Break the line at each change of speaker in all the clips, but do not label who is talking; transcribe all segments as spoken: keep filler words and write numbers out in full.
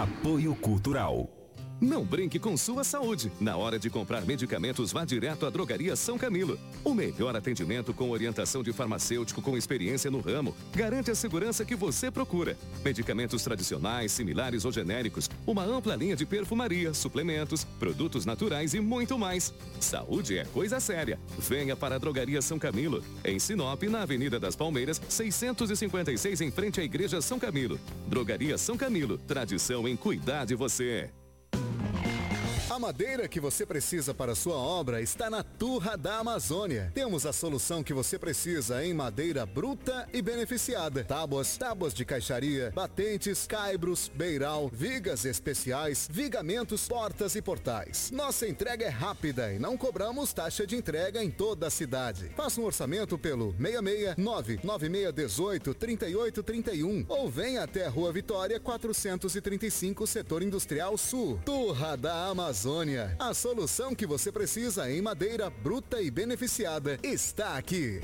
Apoio Cultural.
Não brinque com sua saúde. Na hora de comprar medicamentos, vá direto à Drogaria São Camilo. O melhor atendimento com orientação de farmacêutico com experiência no ramo garante a segurança que você procura. Medicamentos tradicionais, similares ou genéricos, uma ampla linha de perfumaria, suplementos, produtos naturais e muito mais. Saúde é coisa séria. Venha para a Drogaria São Camilo, em Sinop, na Avenida das Palmeiras, seiscentos e cinquenta e seis, em frente à Igreja São Camilo. Drogaria São Camilo, tradição em cuidar de você.
A madeira que você precisa para sua obra está na Turra da Amazônia. Temos a solução que você precisa em madeira bruta e beneficiada. Tábuas, tábuas de caixaria, batentes, caibros, beiral, vigas especiais, vigamentos, portas e portais. Nossa entrega é rápida e não cobramos taxa de entrega em toda a cidade. Faça um orçamento pelo seis seis nove nove seis um oito, três oito três um ou venha até a Rua Vitória quatrocentos e trinta e cinco, Setor Industrial Sul. Turra da Amazônia. A solução que você precisa em madeira bruta e beneficiada está aqui.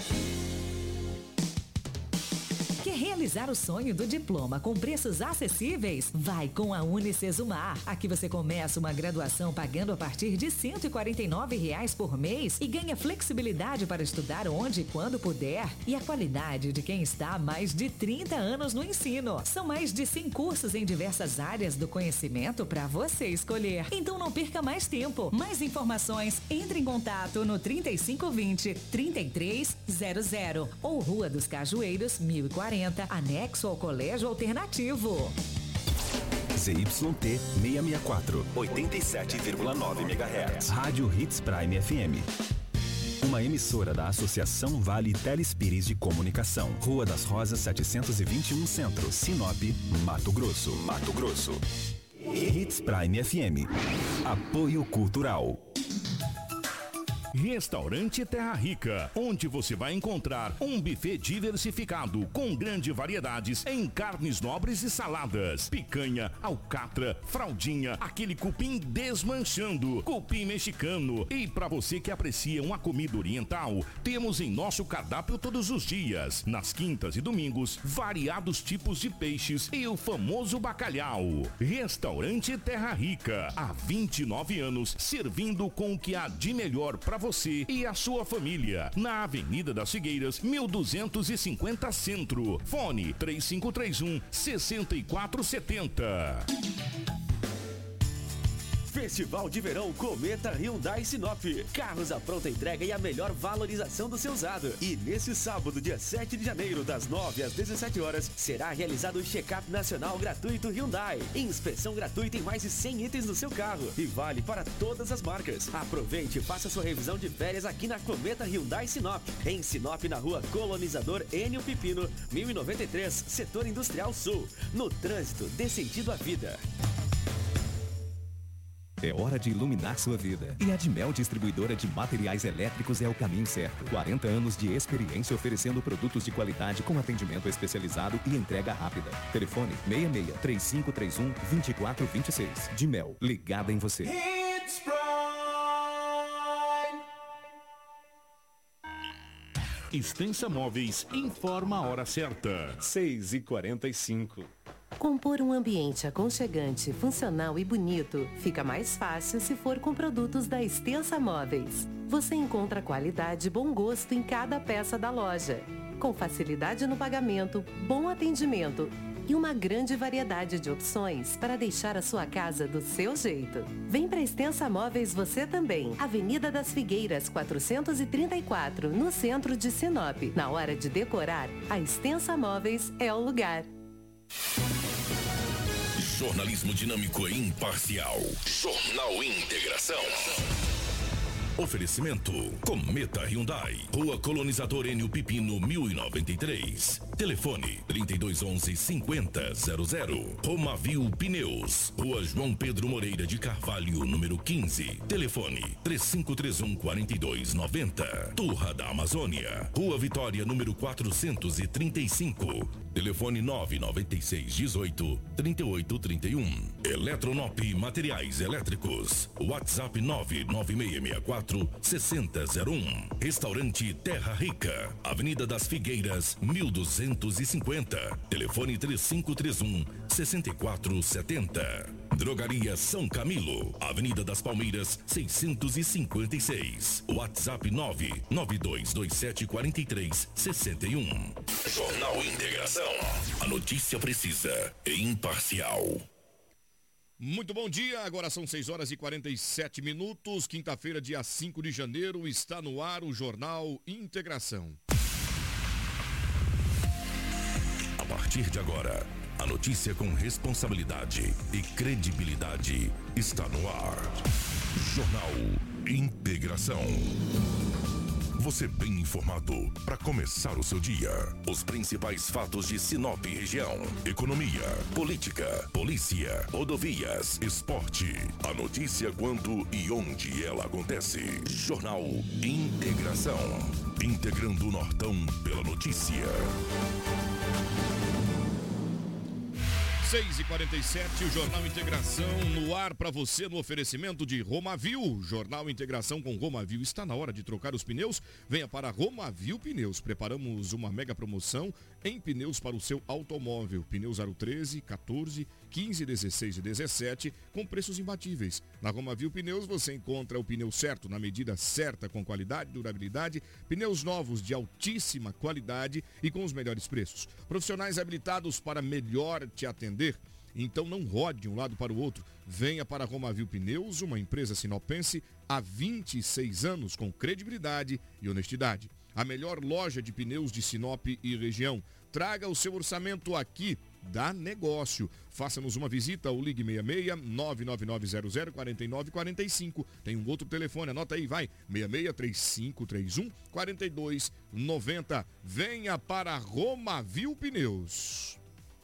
Quer realizar o sonho do diploma com preços acessíveis? Vai com a Unicesumar. Aqui você começa uma graduação pagando a partir de cento e quarenta e nove reais por mês e ganha flexibilidade para estudar onde e quando puder e a qualidade de quem está há mais de trinta anos no ensino. São mais de cem cursos em diversas áreas do conhecimento para você escolher. Então não perca mais tempo. Mais informações, entre em contato no trinta e cinco vinte, trinta e três zero zero ou Rua dos Cajueiros, mil e quarenta, anexo ao Colégio Alternativo.
Z Y T seiscentos e sessenta e quatro, oitenta e sete vírgula nove megahertz. Rádio Hits Prime F M. Uma emissora da Associação Vale Telespires de Comunicação. Rua das Rosas setecentos e vinte e um Centro, Sinop, Mato Grosso. Mato Grosso. Hits Prime F M. Apoio Cultural.
Restaurante Terra Rica, onde você vai encontrar um buffet diversificado com grandes variedades em carnes nobres e saladas, picanha, alcatra, fraldinha, aquele cupim desmanchando, cupim mexicano. E para você que aprecia uma comida oriental, temos em nosso cardápio todos os dias, nas quintas e domingos, variados tipos de peixes e o famoso bacalhau. Restaurante Terra Rica, há vinte e nove anos, servindo com o que há de melhor para você e a sua família, na Avenida das Figueiras, mil duzentos e cinquenta Centro. Fone três cinco três um, seis quatro sete zero.
Festival de Verão Cometa Hyundai Sinop. Carros à pronta entrega e a melhor valorização do seu usado. E nesse sábado, dia sete de janeiro, das nove às dezessete horas, será realizado o check-up nacional gratuito Hyundai. Inspeção gratuita em mais de cem itens do seu carro. E vale para todas as marcas. Aproveite e faça sua revisão de férias aqui na Cometa Hyundai Sinop. Em Sinop, na rua Colonizador Enio Pipino, mil e noventa e três, Setor Industrial Sul. No trânsito, dê sentido à vida.
É hora de iluminar sua vida. E a Dimel Distribuidora de Materiais Elétricos é o caminho certo. quarenta anos de experiência oferecendo produtos de qualidade com atendimento especializado e entrega rápida. Telefone seis seis, três cinco três um, dois quatro dois seis. Dimel, ligada em você.
Hits Prime.
Extensa Móveis informa a hora certa.
seis e quarenta e cinco.
Compor um ambiente aconchegante, funcional e bonito fica mais fácil se for com produtos da Extensa Móveis. Você encontra qualidade e bom gosto em cada peça da loja, com facilidade no pagamento, bom atendimento e uma grande variedade de opções para deixar a sua casa do seu jeito. Vem para Extensa Móveis você também. Avenida das Figueiras, quatrocentos e trinta e quatro, no centro de Sinop. Na hora de decorar, a Extensa Móveis é o lugar.
Jornalismo dinâmico e imparcial. Jornal Integração. Oferecimento Cometa Hyundai, Rua Colonizador Enio Pipino, mil e noventa e três. Telefone trinta e dois onze, cinquenta zero zero. Romavil Pneus, Rua João Pedro Moreira de Carvalho, número quinze. Telefone três cinco três um, quatro dois nove zero. Turra da Amazônia, Rua Vitória, número quatrocentos e trinta e cinco. Telefone nove nove seis, dezoito, trinta e oito, trinta e um. Eletronop Materiais Elétricos. WhatsApp nove nove seis seis quatro, seis zero zero um. Restaurante Terra Rica, Avenida das Figueiras, mil duzentos seiscentos e cinquenta. Telefone três cinco três um, seis quatro sete zero. Drogaria São Camilo, Avenida das Palmeiras, seiscentos e cinquenta e seis. WhatsApp nove nove dois dois sete quatro três seis um. Jornal Integração. A notícia precisa e imparcial.
Muito bom dia, agora são seis horas e quarenta e sete minutos, quinta-feira, dia cinco de janeiro, está no ar o Jornal Integração.
A partir de agora, a notícia com responsabilidade e credibilidade está no ar. Jornal Integração. Você bem informado para começar o seu dia. Os principais fatos de Sinop e região. Economia, política, polícia, rodovias, esporte. A notícia quando e onde ela acontece. Jornal Integração. Integrando o Nortão pela notícia.
seis e quarenta e sete, o Jornal Integração no ar para você no oferecimento de Romavil. Jornal Integração com Romavil. Está na hora de trocar os pneus? Venha para Romavil Pneus. Preparamos uma mega promoção em pneus para o seu automóvel. Pneus aro treze, quatorze, quinze, dezesseis e dezessete com preços imbatíveis. Na Romavil Pneus você encontra o pneu certo, na medida certa, com qualidade e durabilidade. Pneus novos de altíssima qualidade e com os melhores preços. Profissionais habilitados para melhor te atender. Então não rode de um lado para o outro. Venha para a Romavil Pneus, uma empresa sinopense há vinte e seis anos com credibilidade e honestidade. A melhor loja de pneus de Sinop e região. Traga o seu orçamento aqui, dá negócio. Faça-nos uma visita ou ligue seis seis, nove nove nove zero zero, quatro nove quatro cinco. Tem um outro telefone, anota aí, vai. seis seis, três cinco três um, quatro dois nove zero. Venha para a Romavil Pneus.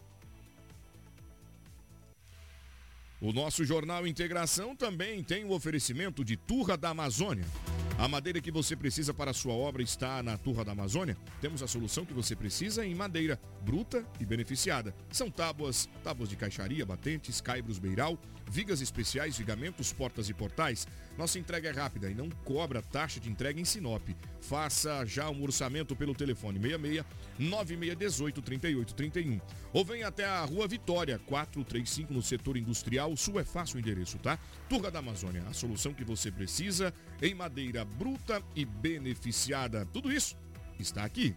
O nosso Jornal Integração também tem o oferecimento de Turra da Amazônia. A madeira que você precisa para a sua obra está na Turra da Amazônia. Temos a solução que você precisa em madeira bruta e beneficiada. São tábuas, tábuas de caixaria, batentes, caibros, beiral, vigas especiais, vigamentos, portas e portais. Nossa entrega é rápida e não cobra taxa de entrega em Sinop. Faça já um orçamento pelo telefone seis seis, nove seis um oito, três oito três um. Ou venha até a Rua Vitória, quatrocentos e trinta e cinco, no setor industrial. O sul é fácil o endereço, tá? Turra da Amazônia, a solução que você precisa em madeira bruta e beneficiada. Tudo isso está aqui.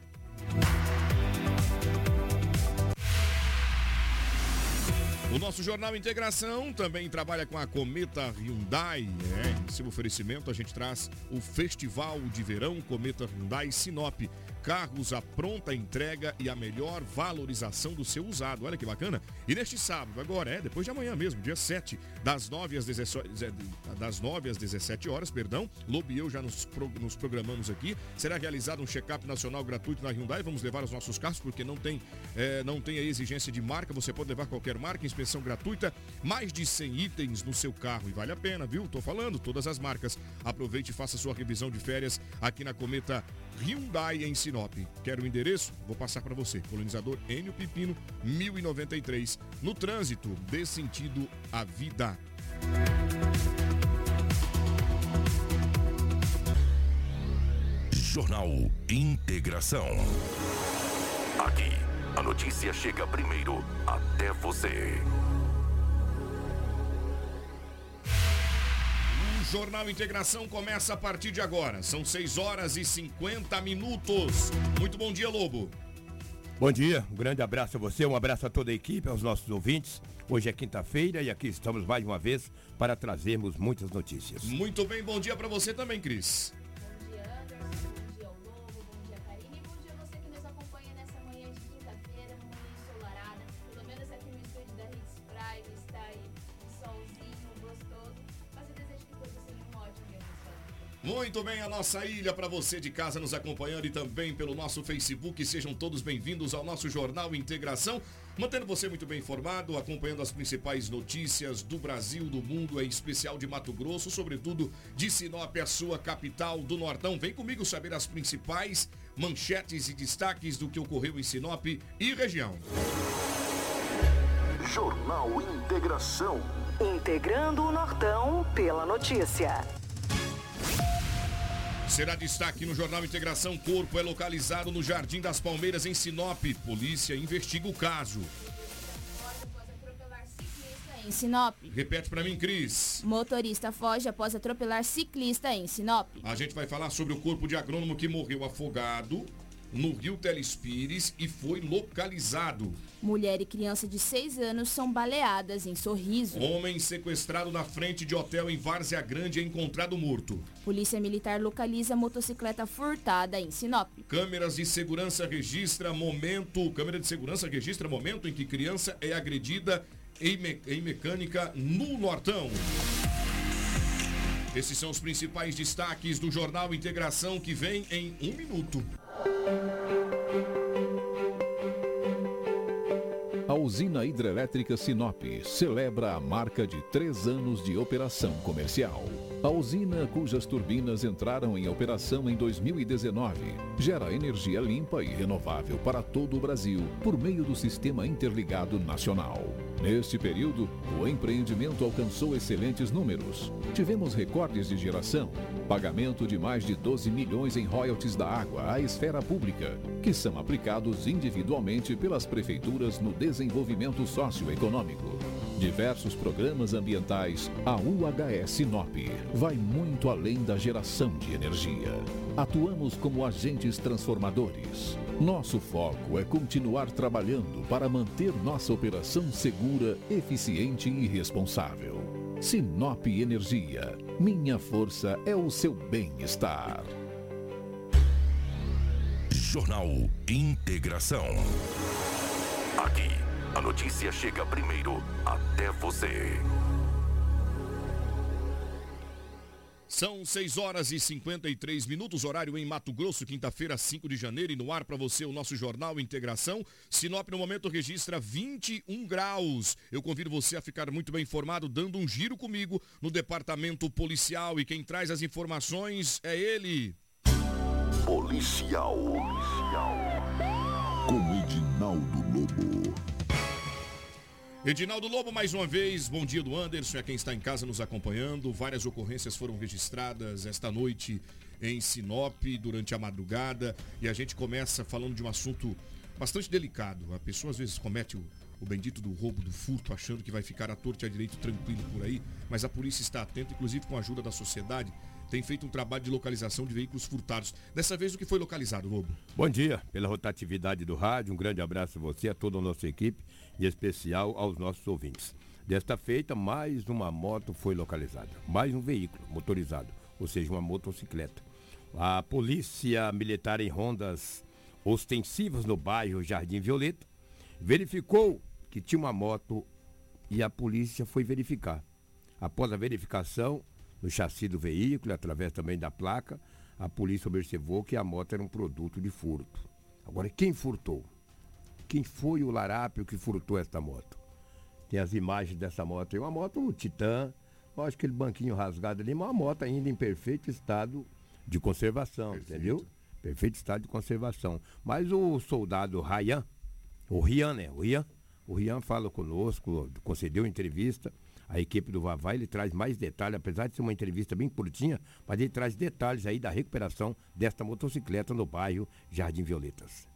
O nosso Jornal Integração também trabalha com a Cometa Hyundai. É, em seu oferecimento a gente traz o Festival de Verão Cometa Hyundai Sinop. Carros à pronta entrega e a melhor valorização do seu usado. Olha que bacana. E neste sábado, agora, é, depois de amanhã mesmo, dia sete, das nove às dezessete, das nove às dezessete horas, perdão, Lobo e eu já nos, pro, nos programamos aqui. Será realizado um check-up nacional gratuito na Hyundai. Vamos levar os nossos carros, porque não tem, é, não tem a exigência de marca. Você pode levar qualquer marca, inspeção gratuita, mais de cem itens no seu carro. E vale a pena, viu? Tô falando, todas as marcas. Aproveite e faça sua revisão de férias aqui na Cometa Hyundai em Sinop. Quer o endereço? Vou passar para você. Colonizador Enio Pipino, mil e noventa e três. No trânsito, dê sentido à vida.
Jornal Integração. Aqui, a notícia chega primeiro até você.
Jornal Integração começa a partir de agora. São seis horas e cinquenta minutos. Muito bom dia, Lobo.
Bom dia, um grande abraço a você, um abraço a toda a equipe, aos nossos ouvintes. Hoje é quinta-feira e aqui estamos mais uma vez para trazermos muitas notícias.
Muito bem, bom dia para você também, Cris.
Bom dia, Anderson, bom dia ao Lobo, bom dia, Karine, e bom dia a você que nos acompanha nessa manhã de quinta-feira, uma manhã ensolarada. Pelo menos aqui no estúdio da Hits Prime está aí um solzinho gostoso, mas eu desejo que todos tenham um ótimo dia.
Muito bem, a nossa ilha para você de casa nos acompanhando e também pelo nosso Facebook. Sejam todos bem-vindos ao nosso Jornal Integração, mantendo você muito bem informado, acompanhando as principais notícias do Brasil, do mundo, em especial de Mato Grosso, sobretudo de Sinop, a sua capital do Nortão. Vem comigo saber as principais manchetes e destaques do que ocorreu em Sinop e região.
Jornal Integração.
Integrando o Nortão pela notícia.
Será destaque no Jornal Integração. Corpo é localizado no Jardim das Palmeiras, em Sinop. Polícia investiga o caso.
Em Sinop.
Repete pra mim, Cris.
Motorista foge após atropelar ciclista em Sinop.
A gente vai falar sobre o corpo de agrônomo que morreu afogado no rio Telespires e foi localizado.
Mulher e criança de seis anos são baleadas em Sorriso.
Homem sequestrado na frente de hotel em Várzea Grande é encontrado morto.
Polícia Militar localiza motocicleta furtada em Sinop.
Câmeras de segurança registra momento, câmera de segurança registra momento em que criança é agredida em, me, em mecânica no Nortão. Esses são os principais destaques do Jornal Integração, que vem em um minuto.
A usina hidrelétrica Sinop celebra a marca de três anos de operação comercial. A usina, cujas turbinas entraram em operação em dois mil e dezenove, gera energia limpa e renovável para todo o Brasil por meio do Sistema Interligado Nacional. Neste período, o empreendimento alcançou excelentes números. Tivemos recordes de geração, pagamento de mais de doze milhões em royalties da água à esfera pública, que são aplicados individualmente pelas prefeituras no desenvolvimento socioeconômico. Diversos programas ambientais. A U H S Sinop vai muito além da geração de energia. Atuamos como agentes transformadores. Nosso foco é continuar trabalhando para manter nossa operação segura, eficiente e responsável. Sinop Energia. Minha força é o seu bem-estar.
Jornal Integração. Aqui, a notícia chega primeiro até você.
São seis horas e cinquenta e três minutos, horário em Mato Grosso, quinta-feira, cinco de janeiro, e no ar para você o nosso Jornal Integração. Sinop no momento registra vinte e um graus. Eu convido você a ficar muito bem informado, dando um giro comigo no departamento policial, e quem traz as informações é ele.
Policial. Policial.
Com Edinaldo Lobo.
Edinaldo Lobo, mais uma vez, bom dia do Anderson, é quem está em casa nos acompanhando. Várias ocorrências foram registradas esta noite em Sinop, durante a madrugada, e a gente começa falando de um assunto bastante delicado. A pessoa às vezes comete o, o bendito do roubo, do furto, achando que vai ficar à torta e à direito tranquilo por aí, mas a polícia está atenta, inclusive com a ajuda da sociedade, tem feito um trabalho de localização de veículos furtados. Dessa vez, o que foi localizado, Lobo?
Bom dia, pela rotatividade do rádio, um grande abraço a você, a toda a nossa equipe, e em especial aos nossos ouvintes. Desta feita, mais uma moto foi localizada, mais um veículo motorizado, ou seja, uma motocicleta. A polícia militar em rondas ostensivas no bairro Jardim Violeta verificou que tinha uma moto e a polícia foi verificar. Após a verificação no chassi do veículo, através também da placa, a polícia observou que a moto era um produto de furto. Agora, quem furtou? Quem foi o larápio que furtou esta moto? Tem as imagens dessa moto aí, uma moto Titan, acho aquele banquinho rasgado ali, mas uma moto ainda em perfeito estado de conservação, perfeito. Entendeu? Perfeito estado de conservação. Mas o soldado Ryan, o Rian, né? O Rian, o Rian fala conosco, concedeu entrevista. A equipe do Vavá, ele traz mais detalhes, apesar de ser uma entrevista bem curtinha, mas ele traz detalhes aí da recuperação desta motocicleta no bairro Jardim Violetas.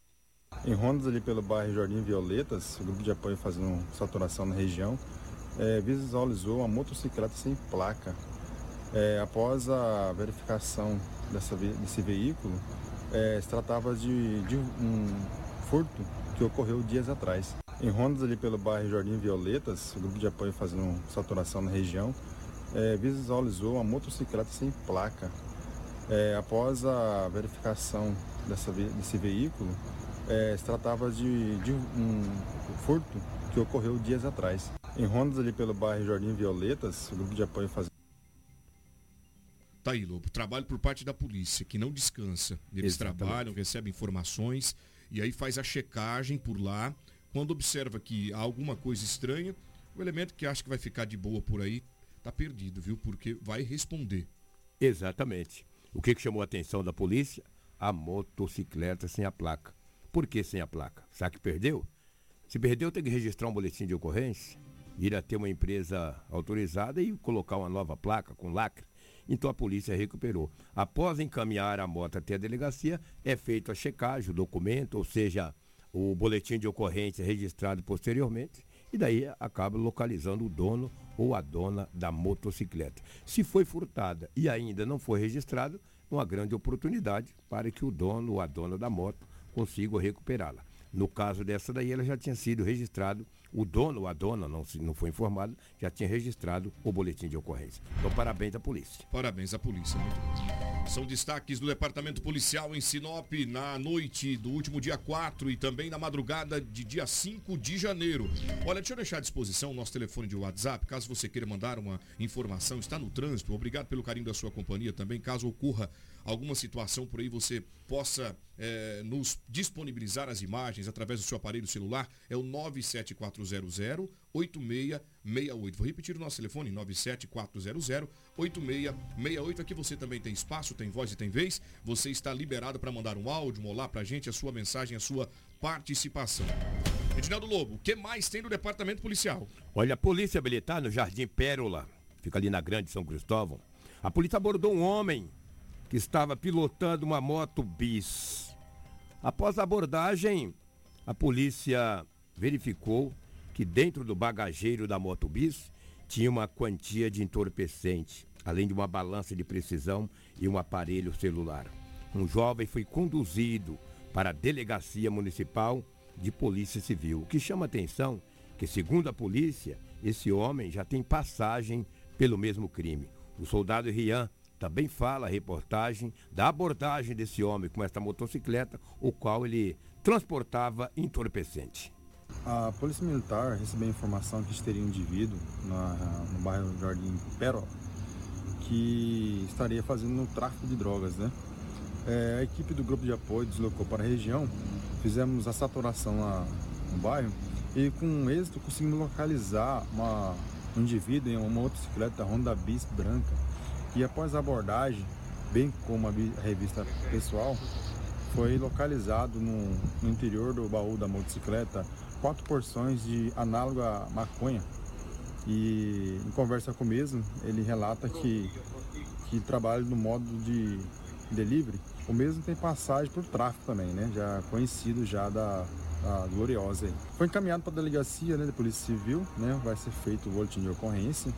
Em rondas ali pelo bairro Jardim Violetas, o grupo de apoio fazendo saturação na região, é, visualizou uma motocicleta sem placa. É, após a verificação dessa, desse veículo, é, se tratava de, de um furto que ocorreu dias atrás. Em rondas ali pelo bairro Jardim Violetas, o grupo de apoio fazendo saturação na região, é, visualizou uma motocicleta sem placa. É, após a verificação dessa, desse veículo, é, se tratava de, de um furto que ocorreu dias atrás. Em rondas ali pelo bairro Jardim Violetas, o grupo de apoio fazendo...
Tá aí, Lobo, trabalho por parte da polícia, que não descansa. Eles Exatamente. trabalham, recebem informações e aí faz a checagem por lá. Quando observa que há alguma coisa estranha, o elemento que acha que vai ficar de boa por aí tá perdido, viu? Porque vai responder.
Exatamente. O que, que chamou a atenção da polícia? A motocicleta sem a placa. Por que sem a placa? Sabe que perdeu? Se perdeu, tem que registrar um boletim de ocorrência, ir até uma empresa autorizada e colocar uma nova placa com lacre. então a polícia recuperou. Após encaminhar a moto até a delegacia, é feita a checagem, o documento, ou seja, o boletim de ocorrência registrado posteriormente, e daí acaba localizando o dono ou a dona da motocicleta. Se foi furtada e ainda não foi registrado, uma grande oportunidade para que o dono ou a dona da moto consiga recuperá-la. No caso dessa daí, ela já tinha sido registrado, o dono ou a dona, não, não foi informado, já tinha registrado o boletim de ocorrência. Então, parabéns à polícia.
Parabéns à polícia, muito bom. São destaques do Departamento Policial em Sinop na noite do último dia quatro e também na madrugada de dia cinco de janeiro. Olha, deixa eu deixar à disposição o nosso telefone de WhatsApp, caso você queira mandar uma informação, está no trânsito. Obrigado pelo carinho da sua companhia também. Caso ocorra alguma situação por aí, você possa é, nos disponibilizar as imagens através do seu aparelho celular, é o nove sete quatro zero zero oito seis seis oito. Vou repetir o nosso telefone, nove sete quatro zero zero oito seis seis oito. Aqui você também tem espaço, tem voz e tem vez. Você está liberado para mandar um áudio, um olá pra gente, a sua mensagem, a sua participação. Edinaldo Lobo, o que mais tem no Departamento Policial?
Olha, a Polícia Militar no Jardim Pérola, fica ali na Grande São Cristóvão. A polícia abordou um homem que estava pilotando uma moto bis. Após a abordagem, a polícia verificou que dentro do bagageiro da moto bis tinha uma quantia de entorpecente, além de uma balança de precisão e um aparelho celular. Um jovem foi conduzido para a Delegacia Municipal de Polícia Civil. O que chama atenção é que, segundo a polícia, esse homem já tem passagem pelo mesmo crime. O soldado Rian também fala a reportagem da abordagem desse homem com esta motocicleta, o qual ele transportava entorpecente.
A Polícia Militar recebeu a informação que teria um indivíduo na, no bairro Jardim Pérola que estaria fazendo um tráfico de drogas, né? É, a equipe do grupo de apoio deslocou para a região, fizemos a saturação lá no bairro e com êxito conseguimos localizar uma, um indivíduo em uma motocicleta Honda Bis branca. E após a abordagem, bem como a revista pessoal, foi localizado no, no interior do baú da motocicleta quatro porções de análogo à maconha. E em conversa com o mesmo, ele relata que, que trabalha no modo de delivery. O mesmo tem passagem por tráfico também, né? Já conhecido já da, da Gloriosa aí. Foi encaminhado para a delegacia, né, da Polícia Civil, né? Vai ser feito o boletim de ocorrência.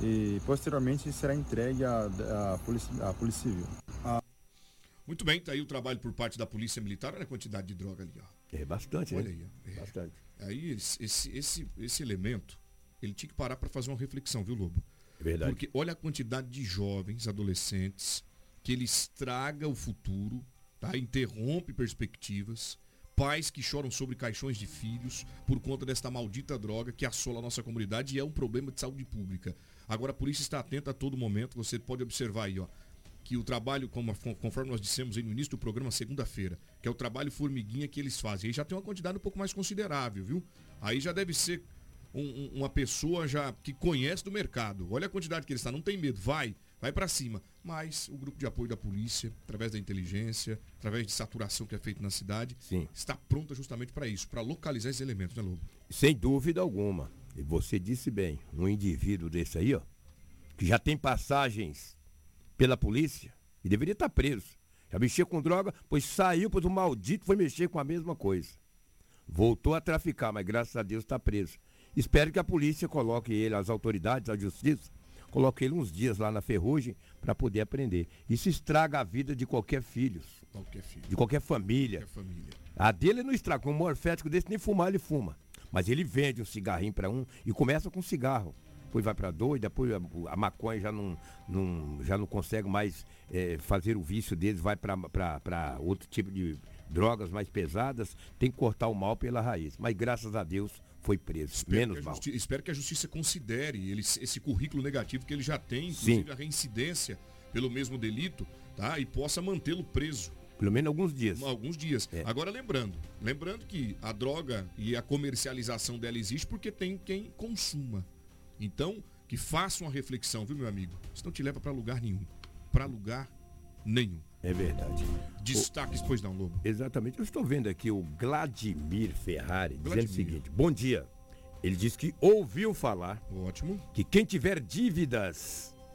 E posteriormente será entregue à, à, polícia, à Polícia Civil. A...
Muito bem, tá aí o trabalho por parte da Polícia Militar. Olha a quantidade de droga ali, ó.
É bastante,
olha
né?
aí, ó. É.
Bastante.
Aí esse, esse, esse, esse elemento, ele tinha que parar para fazer uma reflexão, viu, Lobo?
É verdade.
Porque olha a quantidade de jovens, adolescentes, que ele estraga o futuro, tá? Interrompe perspectivas. Pais que choram sobre caixões de filhos por conta desta maldita droga que assola a nossa comunidade e é um problema de saúde pública. Agora a polícia está atenta a todo momento, você pode observar aí, ó, que o trabalho, como, conforme nós dissemos aí no início do programa, segunda-feira, que é o trabalho formiguinha que eles fazem. Aí já tem uma quantidade um pouco mais considerável, viu? Aí já deve ser um, um, uma pessoa já que conhece do mercado. Olha a quantidade que eles estão, não tem medo, vai, vai para cima. Mas o grupo de apoio da polícia, através da inteligência, através de saturação que é feita na cidade,
Sim.
está pronta justamente para isso, para localizar esses elementos, né, Lobo?
Sem dúvida alguma. E você disse bem, um indivíduo desse aí, ó, que já tem passagens pela polícia e deveria estar preso. Já mexia com droga, pois saiu, pois o maldito foi mexer com a mesma coisa. Voltou a traficar, mas graças a Deus está preso. Espero que a polícia coloque ele, as autoridades, a justiça, coloque ele uns dias lá na ferrugem para poder aprender. Isso estraga a vida de qualquer filho.
Qualquer filho.
De qualquer família.
Qualquer família.
A dele não estraga. Com um morfético desse, nem fumar ele fuma. Mas ele vende um cigarrinho para um e começa com cigarro. Depois vai para dois, depois a, a maconha já não, não, já não consegue mais é, fazer o vício deles, vai para outro tipo de drogas mais pesadas. Tem que cortar o mal pela raiz. Mas graças a Deus foi preso.
Espero
menos mal.
Justi- espero que a justiça considere ele, esse currículo negativo que ele já tem, inclusive Sim. a reincidência pelo mesmo delito, tá? E possa mantê-lo preso.
Pelo menos alguns dias.
Alguns dias. É. Agora lembrando, lembrando que a droga e a comercialização dela existe porque tem quem consuma. Então, que faça uma reflexão, viu, meu amigo? Isso não te leva para lugar nenhum. Para lugar nenhum.
É verdade.
Destaques, pois não, Lobo.
Exatamente. Eu estou vendo aqui o Vladimir Ferrari
Vladimir.
dizendo o seguinte: bom dia. Ele diz que ouviu falar
Ótimo.
que quem tiver dívidas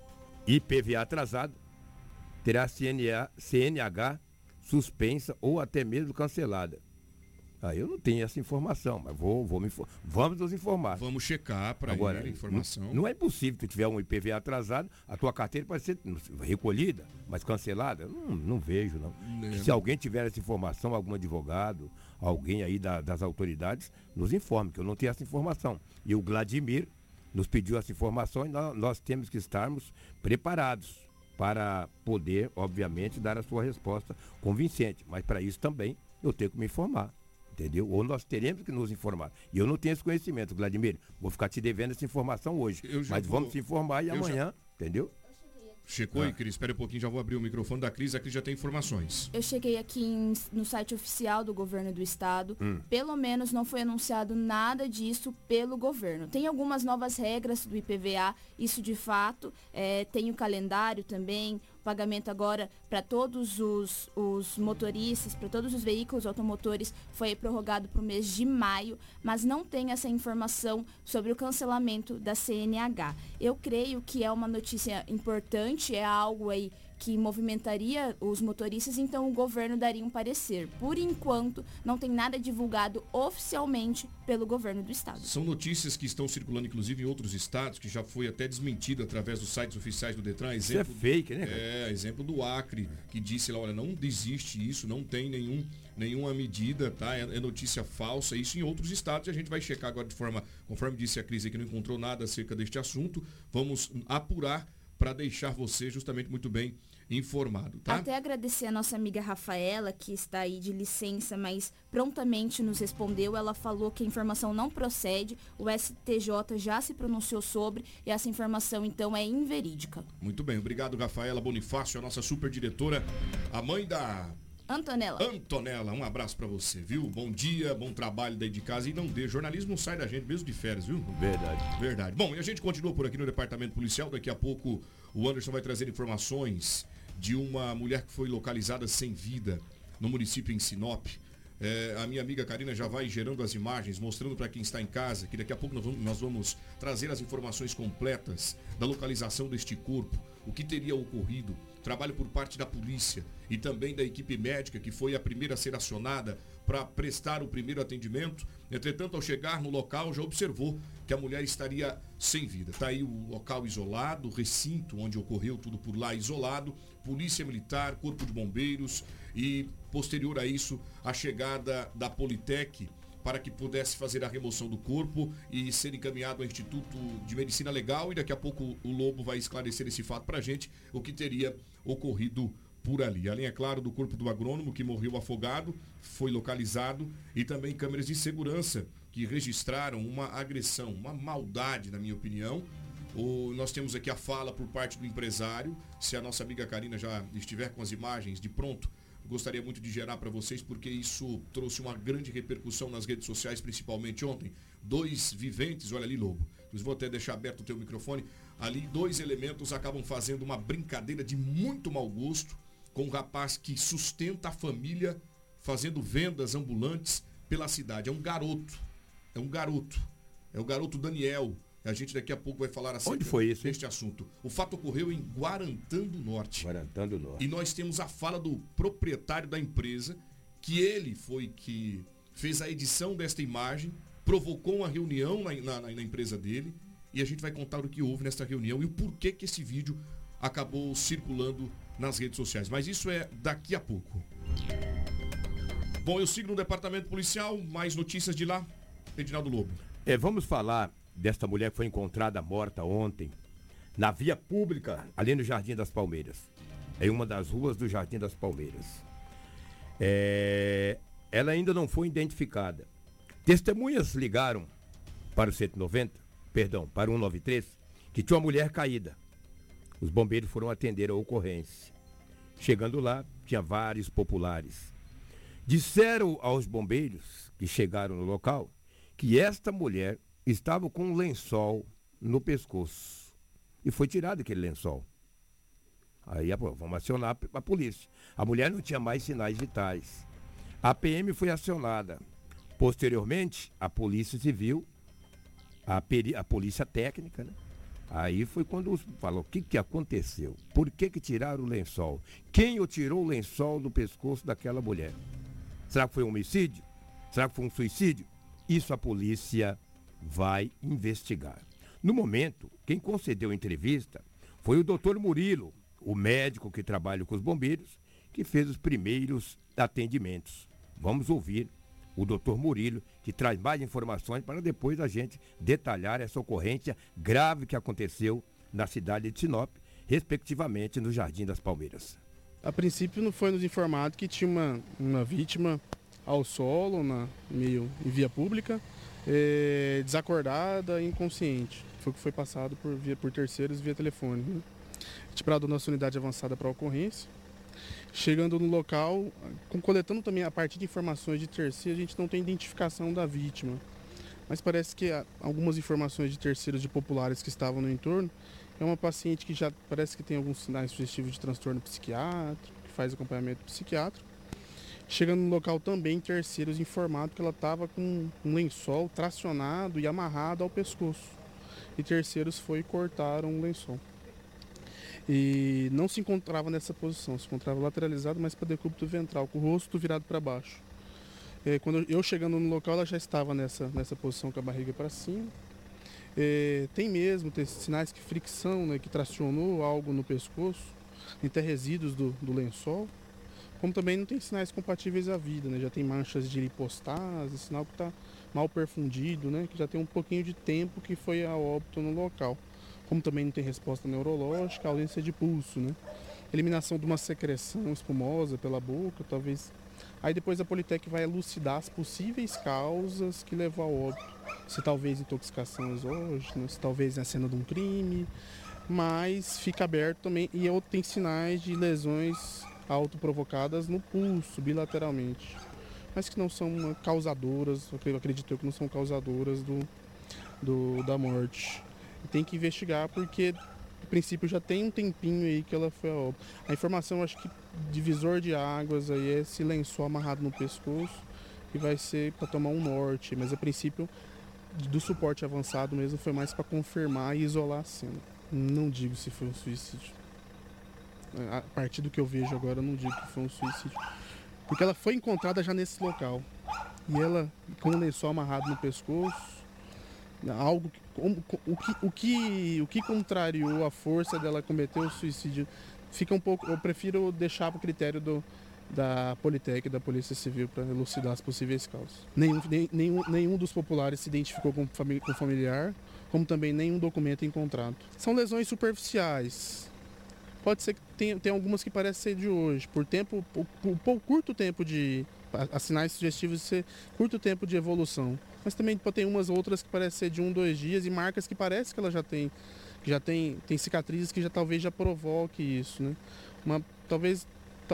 I P V A atrasado, terá C N A, C N H suspensa ou até mesmo cancelada. Ah, eu não tenho essa informação, mas vou, vou me, vamos nos informar.
Vamos checar para ele a informação.
Não, não é possível que tu tiver um I P V A atrasado, a tua carteira pode ser recolhida, mas cancelada. Não, não vejo, não. É. Se alguém tiver essa informação, algum advogado, alguém aí da, das autoridades, nos informe, que eu não tenho essa informação. E o Vladimir nos pediu essa informação e nós, nós temos que estarmos preparados para poder, obviamente, dar a sua resposta convincente. Mas para isso também eu tenho que me informar. Entendeu? Ou nós teremos que nos informar. E eu não tenho esse conhecimento, Vladimir. Vou ficar te devendo essa informação hoje. Mas vou... vamos se informar e eu amanhã, já... entendeu?
Checou aí, Cris? Espera um pouquinho, já vou abrir o microfone da Cris. A Cris já tem informações.
Eu cheguei aqui em, no site oficial do governo do estado. Hum. Pelo menos não foi anunciado nada disso pelo governo. Tem algumas novas regras do I P V A, isso de fato. É, tem o calendário também. Pagamento agora para todos os, os motoristas, para todos os veículos automotores, foi prorrogado para o mês de maio, mas não tem essa informação sobre o cancelamento da C N H. Eu creio que é uma notícia importante, é algo aí que movimentaria os motoristas, então o governo daria um parecer. Por enquanto, não tem nada divulgado oficialmente pelo governo do estado.
São notícias que estão circulando, inclusive, em outros estados, que já foi até desmentido através dos sites oficiais do Detran. Exemplo,
isso é fake, né?
É, exemplo do Acre, que disse lá, olha, não desiste isso, não tem nenhum, nenhuma medida, tá? É, é notícia falsa, isso em outros estados, e a gente vai checar agora de forma, conforme disse a Cris, que não encontrou nada acerca deste assunto, vamos apurar para deixar você justamente muito bem informado, tá?
Até agradecer a nossa amiga Rafaela, que está aí de licença, mas prontamente nos respondeu. Ela falou que a informação não procede, o S T J já se pronunciou sobre e essa informação, então, é inverídica.
Muito bem, obrigado, Rafaela Bonifácio, a nossa superdiretora, a mãe da...
Antonella.
Antonella, um abraço pra você, viu? Bom dia, bom trabalho daí de casa e não dê. Jornalismo não sai da gente mesmo de férias, viu?
Verdade.
Verdade. Bom, e a gente continua por aqui no departamento policial. Daqui a pouco o Anderson vai trazer informações de uma mulher que foi localizada sem vida no município em Sinop. É, a minha amiga Karina já vai gerando as imagens, mostrando para quem está em casa, que daqui a pouco nós vamos, nós vamos trazer as informações completas da localização deste corpo, o que teria ocorrido, trabalho por parte da polícia e também da equipe médica, que foi a primeira a ser acionada para prestar o primeiro atendimento. Entretanto, ao chegar no local, já observou que a mulher estaria sem vida. Está aí o local isolado, o recinto onde ocorreu tudo por lá isolado, polícia militar, corpo de bombeiros e, posterior a isso, a chegada da Politec para que pudesse fazer a remoção do corpo e ser encaminhado ao Instituto de Medicina Legal, e daqui a pouco o Lobo vai esclarecer esse fato para a gente, o que teria ocorrido por ali. Além, é claro, do corpo do agrônomo que morreu afogado, foi localizado, e também câmeras de segurança que registraram uma agressão, uma maldade, na minha opinião. O, nós temos aqui a fala por parte do empresário. Se a nossa amiga Karina já estiver com as imagens de pronto, gostaria muito de gerar para vocês, porque isso trouxe uma grande repercussão nas redes sociais, principalmente ontem. Dois viventes, olha ali, Lobo, vou até deixar aberto o teu microfone, ali dois elementos acabam fazendo uma brincadeira de muito mau gosto com um rapaz que sustenta a família fazendo vendas ambulantes pela cidade. É um garoto, é um garoto, é o garoto Daniel. A gente daqui a pouco vai falar acerca
Onde foi isso,
deste assunto. O fato ocorreu em Guarantã do Norte.
Guarantã do Norte.
E nós temos a fala do proprietário da empresa, que ele foi que fez a edição desta imagem, provocou uma reunião na, na, na empresa dele, e a gente vai contar o que houve nesta reunião e o porquê que esse vídeo acabou circulando nas redes sociais. Mas isso é daqui a pouco. Bom, eu sigo no departamento policial, mais notícias de lá. Edinaldo Lobo.
É, vamos falar desta mulher que foi encontrada morta ontem na via pública ali no Jardim das Palmeiras, em uma das ruas do Jardim das Palmeiras. É, ela ainda não foi identificada. Testemunhas ligaram para o cento e noventa, perdão, para o cento e noventa e três, que tinha uma mulher caída. Os bombeiros foram atender a ocorrência. Chegando lá, tinha vários populares. Disseram aos bombeiros que chegaram no local que esta mulher estava com um lençol no pescoço. E foi tirado aquele lençol. Aí vamos acionar a polícia. A mulher não tinha mais sinais vitais. A P M foi acionada. Posteriormente, a Polícia Civil, a, peri, a Polícia Técnica, né, Aí foi quando falou, o que que aconteceu? Por que que tiraram o lençol? Quem o tirou o lençol do pescoço daquela mulher? Será que foi um homicídio? Será que foi um suicídio? Isso a polícia vai investigar. No momento, quem concedeu a entrevista foi o doutor Murilo, o médico que trabalha com os bombeiros, que fez os primeiros atendimentos. Vamos ouvir o doutor Murilo, que traz mais informações para depois a gente detalhar essa ocorrência grave que aconteceu na cidade de Sinop, respectivamente no Jardim das Palmeiras.
A princípio não foi nos informado que tinha uma, uma vítima ao solo, na, meio em via pública, é, desacordada e inconsciente. Foi o que foi passado por, via, por terceiros via telefone. Né? Tipo, nossa unidade avançada para a ocorrência. Chegando no local, com, coletando também a partir de informações de terceiros, a gente não tem identificação da vítima. Mas parece que há algumas informações de terceiros, de populares que estavam no entorno, é uma paciente que já parece que tem alguns sinais sugestivos de transtorno psiquiátrico, que faz acompanhamento psiquiátrico. Chegando no local também, terceiros informaram que ela estava com um lençol tracionado e amarrado ao pescoço. E terceiros foi e cortaram o lençol. E não se encontrava nessa posição, se encontrava lateralizado, mas para decúbito ventral, com o rosto virado para baixo. É, quando eu chegando no local, ela já estava nessa, nessa posição com a barriga para cima. É, tem mesmo, tem sinais de fricção, né, que tracionou algo no pescoço, tem até resíduos do, do lençol. Como também não tem sinais compatíveis à vida, né, já tem manchas de lipostase, sinal que está mal perfundido, né, que já tem um pouquinho de tempo que foi a óbito no local. Como também não tem resposta neurológica, ausência de pulso, né? Eliminação de uma secreção espumosa pela boca, talvez. Aí depois a Politec vai elucidar as possíveis causas que levou ao óbito. Se talvez intoxicação exógena, se talvez a cena de um crime, mas fica aberto também. E outro tem sinais de lesões autoprovocadas no pulso, bilateralmente. Mas que não são causadoras, eu acredito que não são causadoras do, do, da morte. Tem que investigar porque, a princípio, já tem um tempinho aí que ela foi a óbito. A informação, acho que divisor de águas aí é esse lençol amarrado no pescoço e vai ser para tomar um norte, mas a princípio do suporte avançado mesmo foi mais para confirmar e isolar a cena. Não digo se foi um suicídio. A partir do que eu vejo agora, eu não digo que foi um suicídio. Porque ela foi encontrada já nesse local. E ela, com o lençol amarrado no pescoço, algo que, o, que, o, que, o que contrariou a força dela cometer o suicídio fica um pouco. Eu prefiro deixar para o critério do, da Politec, da Polícia Civil, para elucidar as possíveis causas. Nenhum, nem, nenhum, nenhum dos populares se identificou com, famí com familiar, como também nenhum documento encontrado. São lesões superficiais. Pode ser que tenha, tenha algumas que parecem ser de hoje, por tempo, por, por, por curto tempo de. As sinais sugestivos de ser curto tempo de evolução. Mas também pode ter umas outras que parecem ser de um, dois dias e marcas que parece que ela já tem, que já tem, tem cicatrizes que já talvez já provoque isso, né? Uma, talvez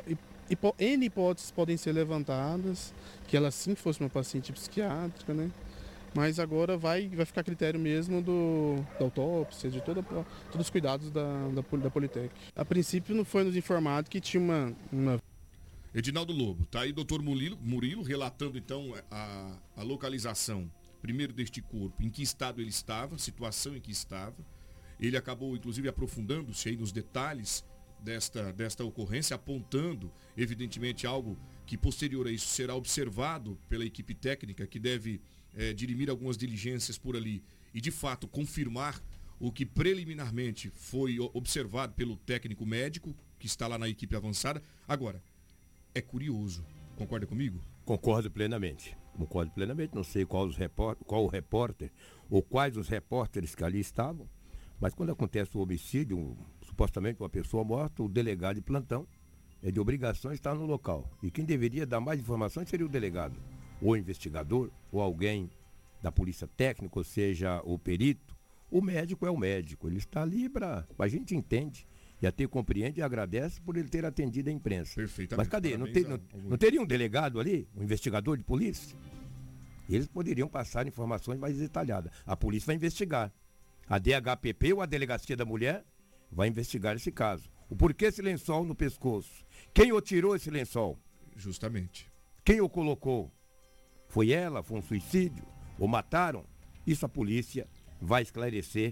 hipo, N hipóteses podem ser levantadas, que ela sim fosse uma paciente psiquiátrica, né? Mas agora vai, vai ficar a critério mesmo do, da autópsia, de toda, todos os cuidados da, da, da Politec. A princípio não foi nos informado que tinha uma... uma
Edinaldo Lobo, tá aí doutor Murilo, Murilo relatando então a, a localização, primeiro deste corpo, em que estado ele estava, situação em que estava. Ele acabou inclusive aprofundando-se aí nos detalhes desta, desta ocorrência, apontando evidentemente algo que posterior a isso será observado pela equipe técnica que deve é, dirimir algumas diligências por ali e de fato confirmar o que preliminarmente foi observado pelo técnico médico que está lá na equipe avançada. Agora, é curioso. Concorda comigo?
Concordo plenamente. Concordo plenamente. Não sei qual, os repórter, qual o repórter ou quais os repórteres que ali estavam, mas quando acontece o homicídio, um, supostamente uma pessoa morta, o delegado de plantão é de obrigação estar no local. E quem deveria dar mais informações seria o delegado, ou o investigador, ou alguém da polícia técnica, ou seja, o perito. O médico é o médico. Ele está ali para... A gente entende. E até compreende e agradece por ele ter atendido a imprensa.
Perfeitamente.
Mas cadê? Não, ter, não, não teria um delegado ali, um investigador de polícia? Eles poderiam passar informações mais detalhadas. A polícia vai investigar. A D H P P ou a Delegacia da Mulher vai investigar esse caso. O porquê esse lençol no pescoço? Quem o tirou esse lençol?
Justamente.
Quem o colocou? Foi ela? Foi um suicídio? Ou mataram? Isso a polícia vai esclarecer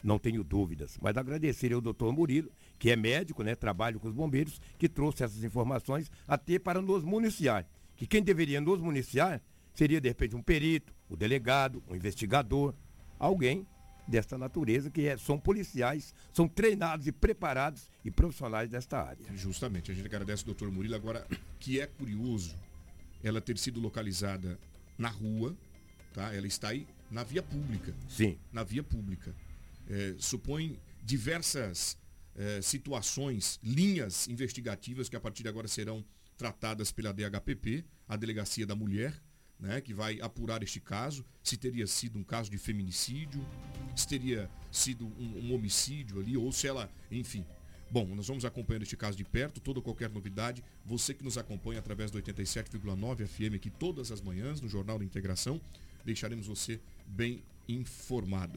não tenho dúvidas. Mas agradecer ao doutor Murilo, que é médico, né, trabalha com os bombeiros, que trouxe essas informações até para nos municiar. Que quem deveria nos municiar seria, de repente, um perito, o delegado, um investigador, alguém desta natureza, que é, são policiais, são treinados e preparados e profissionais desta área.
Justamente, a gente agradece ao doutor Murilo. Agora, que é curioso ela ter sido localizada na rua, tá? Ela está aí na via pública.
Sim.
Na via pública. É, supõe diversas é, situações, linhas investigativas que a partir de agora serão tratadas pela D H P P, a Delegacia da Mulher, né, que vai apurar este caso, se teria sido um caso de feminicídio, se teria sido um, um homicídio ali, ou se ela, enfim. Bom, nós vamos acompanhando este caso de perto, toda qualquer novidade, você que nos acompanha através do oitenta e sete vírgula nove F M aqui todas as manhãs, no Jornal da Integração, deixaremos você bem informado.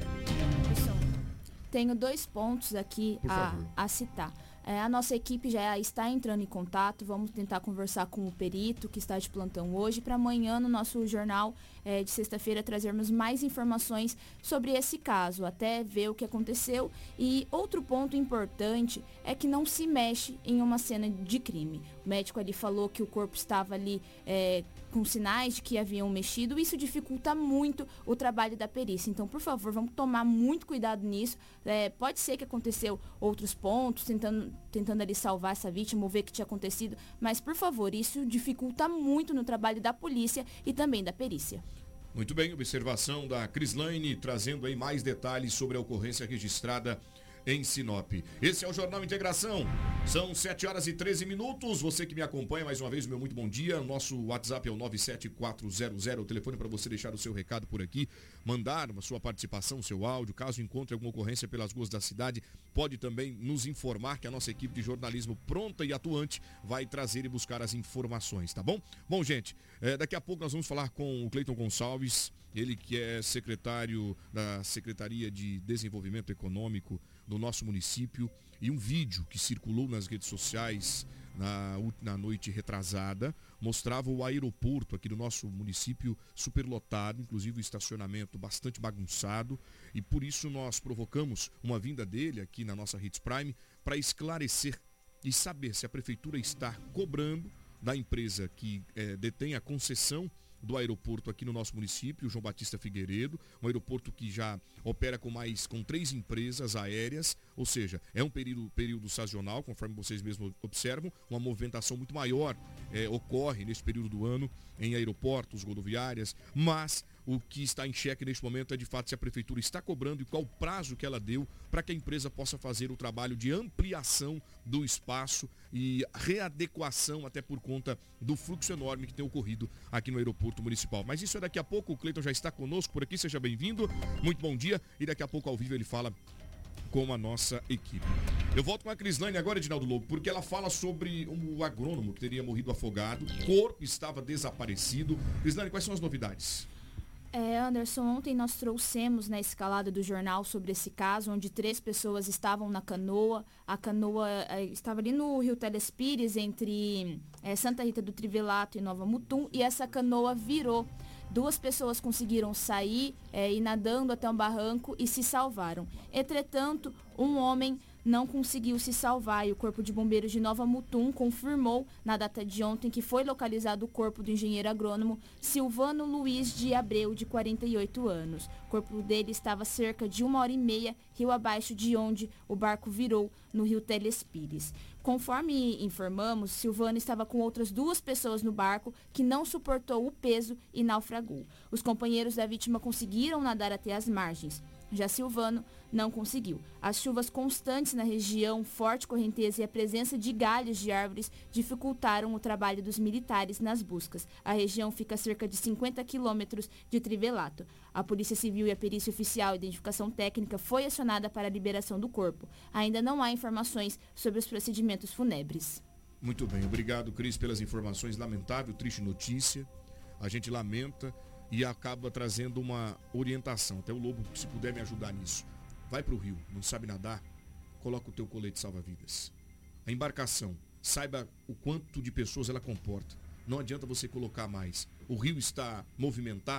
Tenho dois pontos aqui a, a citar. É, a nossa equipe já está entrando em contato, vamos tentar conversar com o perito que está de plantão hoje, para amanhã no nosso jornal é, de sexta-feira trazermos mais informações sobre esse caso, até ver o que aconteceu. E outro ponto importante é que não se mexe em uma cena de crime. O médico ali falou que o corpo estava ali é, com sinais de que haviam mexido, isso dificulta muito o trabalho da perícia. Então, por favor, vamos tomar muito cuidado nisso. É, pode ser que aconteceu outros pontos, tentando, tentando ali salvar essa vítima ou ver o que tinha acontecido, mas, por favor, isso dificulta muito no trabalho da polícia e também da perícia.
Muito bem, observação da Crislaine, trazendo aí mais detalhes sobre a ocorrência registrada em Sinop. Esse é o Jornal Integração. São sete horas e treze minutos. Você que me acompanha, mais uma vez, meu muito bom dia. Nosso WhatsApp é o nove sete quatro zero zero, o telefone para você deixar o seu recado por aqui, mandar a sua participação, seu áudio. Caso encontre alguma ocorrência pelas ruas da cidade, pode também nos informar, que a nossa equipe de jornalismo pronta e atuante vai trazer e buscar as informações, tá bom? Bom, gente, é, daqui a pouco nós vamos falar com o Cleiton Gonçalves, ele que é secretário da Secretaria de Desenvolvimento Econômico do nosso município, e um vídeo que circulou nas redes sociais na, na noite retrasada mostrava o aeroporto aqui do nosso município superlotado, inclusive o estacionamento bastante bagunçado, e por isso nós provocamos uma vinda dele aqui na nossa Hits Prime para esclarecer e saber se a prefeitura está cobrando da empresa que é, detém a concessão do aeroporto aqui no nosso município, o João Batista Figueiredo, um aeroporto que já opera com mais, com três empresas aéreas, ou seja, é um período, período sazonal, conforme vocês mesmos observam, uma movimentação muito maior é, ocorre nesse período do ano em aeroportos, rodoviárias, mas o que está em xeque neste momento é de fato se a prefeitura está cobrando e qual o prazo que ela deu para que a empresa possa fazer o trabalho de ampliação do espaço e readequação até por conta do fluxo enorme que tem ocorrido aqui no aeroporto municipal. Mas isso é daqui a pouco, o Cleiton já está conosco por aqui, seja bem-vindo, muito bom dia, e daqui a pouco ao vivo ele fala com a nossa equipe. Eu volto com a Crislaine agora, Edinaldo Lobo, porque ela fala sobre o agrônomo que teria morrido afogado, o corpo estava desaparecido. Crislaine, quais são as novidades?
É, Anderson, ontem nós trouxemos na escalada do jornal sobre esse caso, onde três pessoas estavam na canoa. A canoa é, estava ali no Rio Telespires, entre é, Santa Rita do Trivelato e Nova Mutum, e essa canoa virou. Duas pessoas conseguiram sair, é, ir nadando até um barranco e se salvaram. Entretanto, um homem não conseguiu se salvar e o Corpo de Bombeiros de Nova Mutum confirmou na data de ontem que foi localizado o corpo do engenheiro agrônomo Silvano Luiz de Abreu, de quarenta e oito anos. O corpo dele estava cerca de uma hora e meia rio abaixo de onde o barco virou, no Rio Telespires. Conforme informamos, Silvano estava com outras duas pessoas no barco que não suportou o peso e naufragou. Os companheiros da vítima conseguiram nadar até as margens. Já Silvano não conseguiu. As chuvas constantes na região, forte correnteza e a presença de galhos de árvores dificultaram o trabalho dos militares nas buscas. A região fica a cerca de cinquenta quilômetros de Trivelato. A Polícia Civil e a Perícia Oficial de Identificação Técnica foi acionada para a liberação do corpo. Ainda não há informações sobre os procedimentos fúnebres.
Muito bem, obrigado, Cris, pelas informações. Lamentável, triste notícia. A gente lamenta e acaba trazendo uma orientação. Até o Lobo, se puder me ajudar nisso. Vai para o rio, não sabe nadar, coloca o teu colete salva-vidas. A embarcação, saiba o quanto de pessoas ela comporta. Não adianta você colocar mais. O rio está movimentado,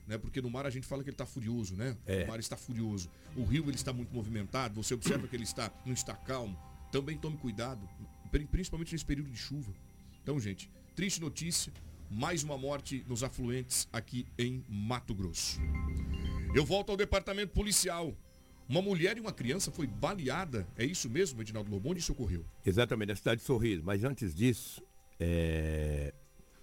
né? Porque no mar a gente fala que ele está furioso, né?
É.
O mar está furioso. O rio ele está muito movimentado, você observa que ele está, não está calmo. Também tome cuidado, principalmente nesse período de chuva. Então, gente, triste notícia, mais uma morte nos afluentes aqui em Mato Grosso. Eu volto ao departamento policial. Uma mulher e uma criança foi baleada, é isso mesmo, Edinaldo Lobo? Onde isso ocorreu?
Exatamente, na cidade de Sorriso. Mas antes disso, é...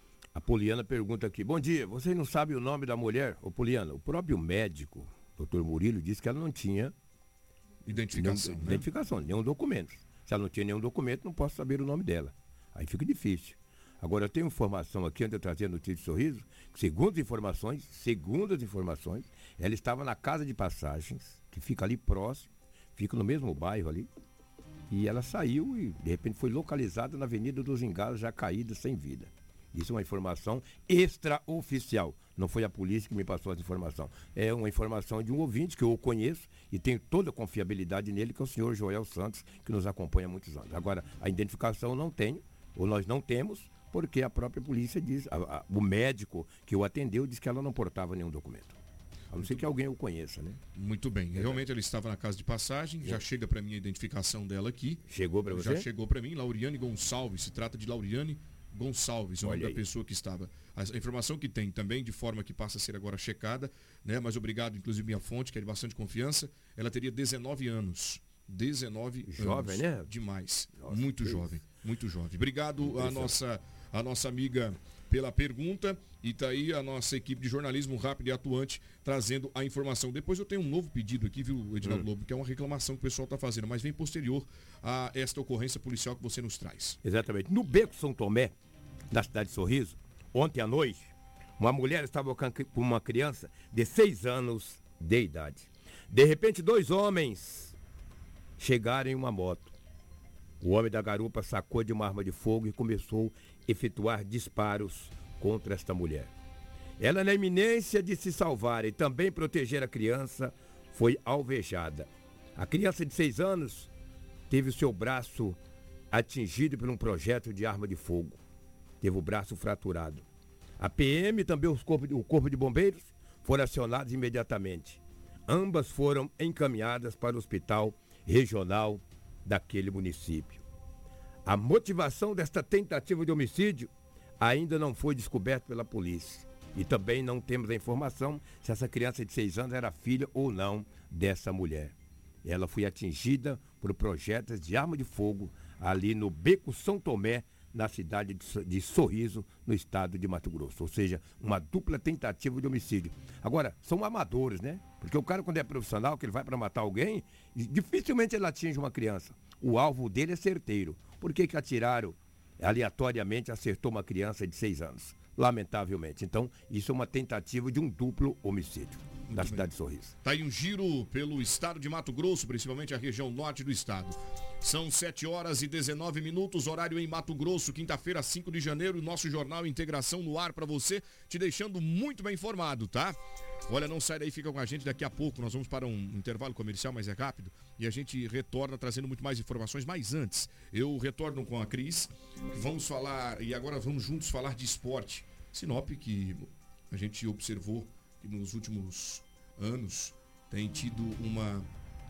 a Poliana pergunta aqui, bom dia, vocês não sabem o nome da mulher? Ô Poliana, o próprio médico, doutor Murilo, disse que ela não tinha
identificação,
nenhum,
né?
identificação, nenhum documento. Se ela não tinha nenhum documento, não posso saber o nome dela. Aí fica difícil. Agora, eu tenho informação aqui, antes de eu trazer a notícia de Sorriso, que segundo as informações, segundo as informações, ela estava na casa de passagens, que fica ali próximo, fica no mesmo bairro ali, e ela saiu e, de repente, foi localizada na Avenida dos Engalos, já caída, sem vida. Isso é uma informação extraoficial. Não foi a polícia que me passou essa informação. É uma informação de um ouvinte que eu conheço e tenho toda a confiabilidade nele, que é o senhor Joel Santos, que nos acompanha há muitos anos. Agora, a identificação eu não tenho, ou nós não temos, porque a própria polícia diz, a, a, o médico que o atendeu disse que ela não portava nenhum documento. A não ser que alguém o conheça, né?
Muito bem. Realmente ela estava na casa de passagem, já chega para mim a identificação dela aqui.
Chegou para você?
Já chegou para mim, Lauriane Gonçalves. Se trata de Lauriane Gonçalves, o nome da pessoa que estava. A informação que tem também, de forma que passa a ser agora checada, né? Mas obrigado, inclusive, minha fonte, que é de bastante confiança. Ela teria dezenove anos. dezenove
jovem,
anos.
Né?
Demais.
Nossa,
muito
Deus.
jovem. Muito jovem. Obrigado a nossa, a nossa amiga pela pergunta. E tá aí a nossa equipe de jornalismo rápido e atuante trazendo a informação. Depois eu tenho um novo pedido aqui, viu, Edinaldo hum. Lobo, que é uma reclamação que o pessoal está fazendo, mas vem posterior a esta ocorrência policial que você nos traz.
Exatamente. No Beco São Tomé, na cidade de Sorriso, ontem à noite, uma mulher estava com uma criança de seis anos de idade. De repente, dois homens chegaram em uma moto. O homem da garupa sacou de uma arma de fogo e começou a efetuar disparos contra esta mulher. Ela, na iminência de se salvar e também proteger a criança, foi alvejada. A criança de seis anos teve o seu braço atingido por um projétil de arma de fogo. Teve o braço fraturado. A P M e também os corpos, o Corpo de Bombeiros foram acionados imediatamente. Ambas foram encaminhadas para o hospital regional daquele município. A motivação desta tentativa de homicídio ainda não foi descoberta pela polícia. E também não temos a informação se essa criança de seis anos era filha ou não dessa mulher. Ela foi atingida por projéteis de arma de fogo ali no Beco São Tomé, na cidade de Sorriso, no estado de Mato Grosso. Ou seja, uma dupla tentativa de homicídio. Agora, são amadores, né? Porque o cara, quando é profissional, que ele vai para matar alguém, dificilmente ele atinge uma criança. O alvo dele é certeiro. Por que que atiraram aleatoriamente, acertou uma criança de seis anos? Lamentavelmente. Então, isso é uma tentativa de um duplo homicídio.
Muito
da
bem.
cidade de Sorriso.
Tá aí um giro pelo estado de Mato Grosso, principalmente a região norte do estado. São sete horas e dezenove minutos, horário em Mato Grosso, quinta-feira, cinco de janeiro, nosso jornal Integração no ar para você, te deixando muito bem informado, tá? Olha, não sai daí, fica com a gente daqui a pouco, nós vamos para um intervalo comercial, mas é rápido, e a gente retorna trazendo muito mais informações, mas antes, eu retorno com a Cris, vamos falar, e agora vamos juntos falar de esporte. Sinop, que a gente observou que nos últimos anos tem tido uma,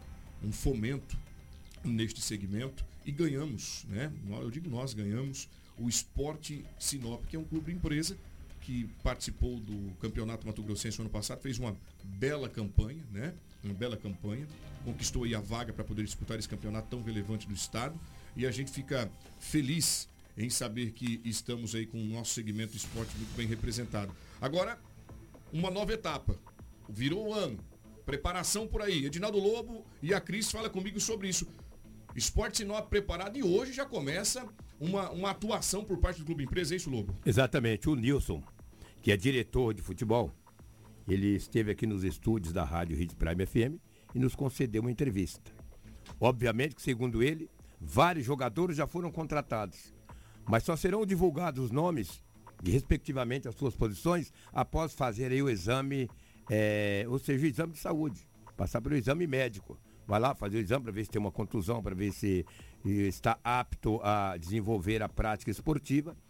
um fomento neste segmento e ganhamos, né? Eu digo nós ganhamos o Esporte Sinop, que é um clube empresa que participou do Campeonato Mato Grossense ano passado, fez uma bela campanha, né? Uma bela campanha, conquistou aí a vaga para poder disputar esse campeonato tão relevante do estado e a gente fica feliz em saber que estamos aí com o nosso segmento esporte muito bem representado. Agora, uma nova etapa. Virou o ano. Preparação por aí. Edinaldo Lobo e a Cris fala comigo sobre isso. Esporte Sinop preparado e hoje já começa uma, uma atuação por parte do Clube Empresa, é isso, Lobo?
Exatamente. O Nilson, que é diretor de futebol, ele esteve aqui nos estúdios da Rádio Hits Prime F M e nos concedeu uma entrevista. Obviamente que, segundo ele, vários jogadores já foram contratados, mas só serão divulgados os nomes e, respectivamente, as suas posições após fazer aí o exame, é, ou seja, o exame de saúde, passar pelo exame médico. Vai lá fazer o exame para ver se tem uma contusão, para ver se está apto a desenvolver a prática esportiva.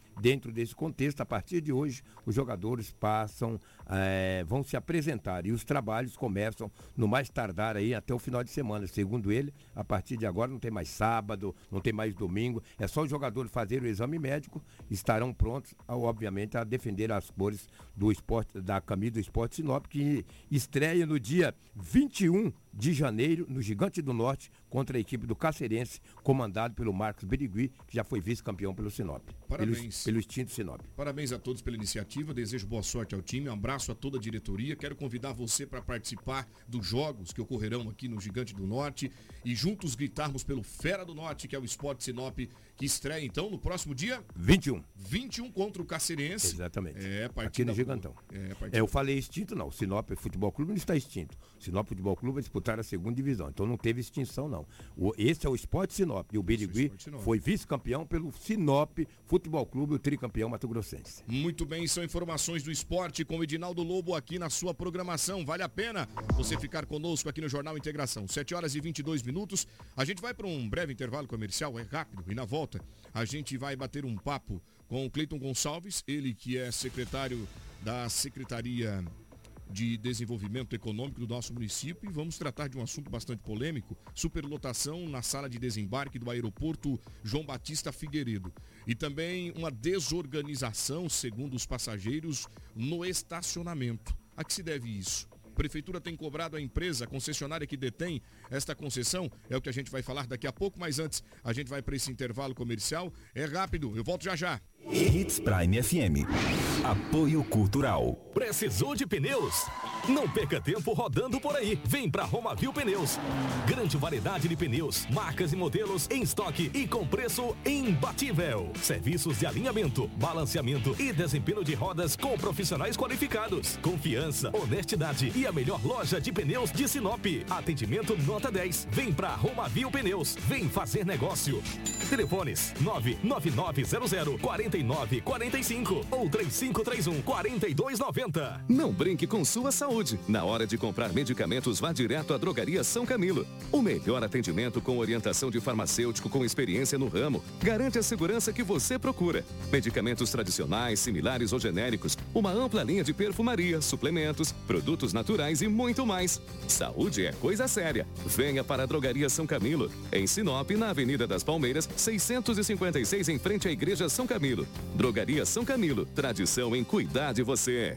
dentro desse contexto, a partir de hoje, os jogadores passam, é, vão se apresentar e os trabalhos começam no mais tardar aí até o final de semana. Segundo ele, a partir de agora não tem mais sábado, não tem mais domingo, é só os jogadores fazerem o exame médico, estarão prontos, obviamente, a defender as cores do esporte, da camisa do Esporte Sinop, que estreia no dia vinte e um de janeiro, no Gigante do Norte, contra a equipe do Cacerense, comandado pelo Marcos Berigui, que já foi vice-campeão pelo Sinop.
Parabéns.
Pelo, pelo extinto Sinop.
Parabéns a todos pela iniciativa, desejo boa sorte ao time, um abraço a toda a diretoria. Quero convidar você para participar dos jogos que ocorrerão aqui no Gigante do Norte e juntos gritarmos pelo Fera do Norte, que é o Esporte Sinop, que estreia então no próximo dia
vinte e um.
vinte e um contra o Cacerense.
Exatamente.
É,
aqui no Gigantão.
É,
é, eu falei extinto, não. O Sinop Futebol Clube não está extinto. O Sinop Futebol Clube vai disputar a segunda divisão. Então não teve extinção, não. O, esse é o Esporte Sinop. E o Birigui foi vice-campeão pelo Sinop Futebol Clube, o tricampeão mato-grossense.
Muito bem, são informações do esporte com o Edinaldo Lobo aqui na sua programação. Vale a pena você ficar conosco aqui no Jornal Integração. sete horas e vinte e dois minutos. A gente vai para um breve intervalo comercial, é rápido. E na volta a gente vai bater um papo com o Cleiton Gonçalves, ele que é secretário da Secretaria de Desenvolvimento Econômico do nosso município, e vamos tratar de um assunto bastante polêmico: superlotação na sala de desembarque do aeroporto João Batista Figueiredo. E também uma desorganização, segundo os passageiros, no estacionamento. A que se deve isso? A Prefeitura tem cobrado a empresa, a concessionária que detém esta concessão, é o que a gente vai falar daqui a pouco, mas antes a gente vai para esse intervalo comercial. É rápido, eu volto já já.
Hits Prime F M. Apoio Cultural.
Precisou de pneus? Não perca tempo rodando por aí. Vem pra Romavil Pneus. Grande variedade de pneus, marcas e modelos em estoque e com preço imbatível. Serviços de alinhamento, balanceamento e desempenho de rodas com profissionais qualificados. Confiança, honestidade e a melhor loja de pneus de Sinop. Atendimento nota dez. Vem pra Romavil Pneus. Vem fazer negócio. Telefones nove nove nove zero zero quatro nove quatro cinco ou três cinco três um quatro dois nove zero.
Não brinque com sua saúde. Na hora de comprar medicamentos, vá direto à Drogaria São Camilo. O melhor atendimento com orientação de farmacêutico com experiência no ramo garante a segurança que você procura. Medicamentos tradicionais, similares ou genéricos, uma ampla linha de perfumaria, suplementos, produtos naturais e muito mais. Saúde é coisa séria. Venha para a Drogaria São Camilo, em Sinop, na Avenida das Palmeiras, seiscentos e cinquenta e seis, em frente à Igreja São Camilo. Drogaria São Camilo, tradição em cuidar de você.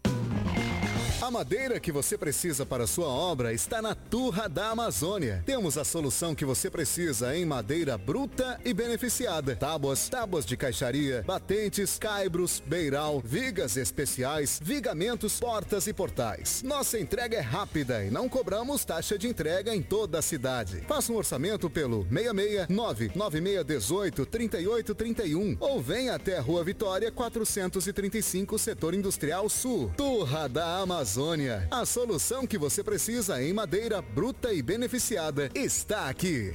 A madeira que você precisa para sua obra está na Turra da Amazônia. Temos a solução que você precisa em madeira bruta e beneficiada. Tábuas, tábuas de caixaria, batentes, caibros, beiral, vigas especiais, vigamentos, portas e portais. Nossa entrega é rápida e não cobramos taxa de entrega em toda a cidade. Faça um orçamento pelo seis seis nove nove seis um oito três oito três um ou venha até a Rua Vitória quatrocentos e trinta e cinco, Setor Industrial Sul. Turra da Amazônia. A solução que você precisa em madeira bruta e beneficiada está aqui.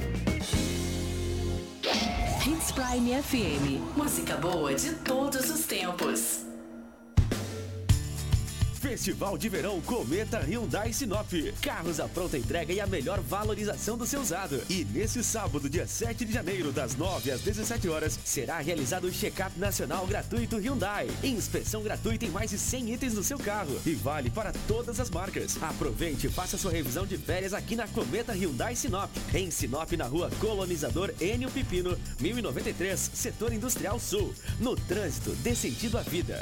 Hits Prime F M. Música boa de todos os tempos.
Festival de Verão Cometa Hyundai Sinop. Carros à pronta entrega e a melhor valorização do seu usado. E nesse sábado, dia sete de janeiro, das nove às dezessete horas, será realizado o check-up nacional gratuito Hyundai. Inspeção gratuita em mais de cem itens do seu carro. E vale para todas as marcas. Aproveite e faça sua revisão de férias aqui na Cometa Hyundai Sinop. Em Sinop, na rua Colonizador Enio Pipino, mil e noventa e três, Setor Industrial Sul. No trânsito, dê sentido à vida.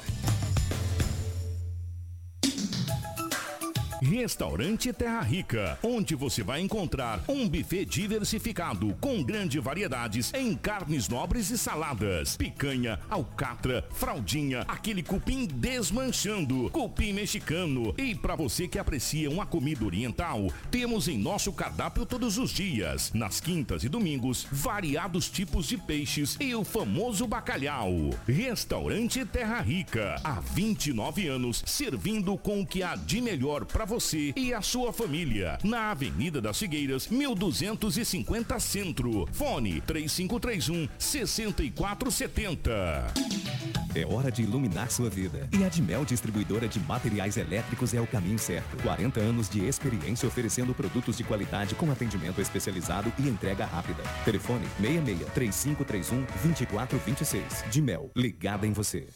Restaurante Terra Rica, onde você vai encontrar um buffet diversificado com grandes variedades em carnes nobres e saladas, picanha, alcatra, fraldinha, aquele cupim desmanchando, cupim mexicano. E para você que aprecia uma comida oriental, temos em nosso cardápio todos os dias, nas quintas e domingos, variados tipos de peixes e o famoso bacalhau. Restaurante Terra Rica, há vinte e nove anos, servindo com o que há de melhor para você. Você e a sua família, na Avenida das Figueiras, mil duzentos e cinquenta Centro. Fone três cinco três um, seis quatro sete zero.
É hora de iluminar sua vida. E a Dimel Distribuidora de Materiais Elétricos é o caminho certo. quarenta anos de experiência oferecendo produtos de qualidade com atendimento especializado e entrega rápida. Telefone seis seis, três cinco três um, dois quatro dois seis. Dimel, ligada em você.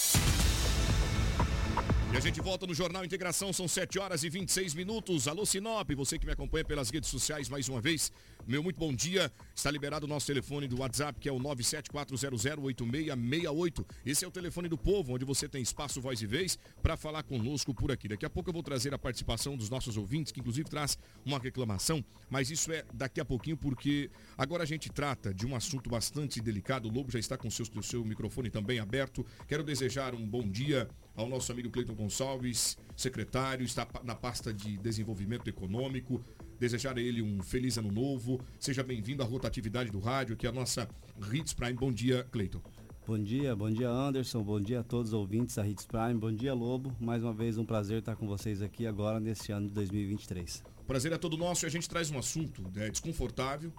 E a gente volta no Jornal Integração, são sete horas e vinte e seis minutos. Alô Sinop, você que me acompanha pelas redes sociais mais uma vez, meu muito bom dia. Está liberado o nosso telefone do WhatsApp, que é o nove sete quatro zero zero oito seis seis oito. Esse é o telefone do povo, onde você tem espaço, voz e vez, para falar conosco por aqui. Daqui a pouco eu vou trazer a participação dos nossos ouvintes, que inclusive traz uma reclamação, mas isso é daqui a pouquinho, porque agora a gente trata de um assunto bastante delicado. O Lobo já está com o seu, o seu microfone também aberto. Quero desejar um bom dia ao nosso amigo Cleiton Gonçalves, secretário, está na pasta de desenvolvimento econômico. Desejar a ele um feliz ano novo. Seja bem-vindo à rotatividade do rádio, que é a nossa Hits Prime. Bom dia, Cleiton.
Bom dia, bom dia, Anderson. Bom dia a todos os ouvintes da Hits Prime. Bom dia, Lobo. Mais uma vez um prazer estar com vocês aqui agora neste ano de dois mil e vinte e três.
O prazer é todo nosso e a gente traz um assunto é, desconfortável,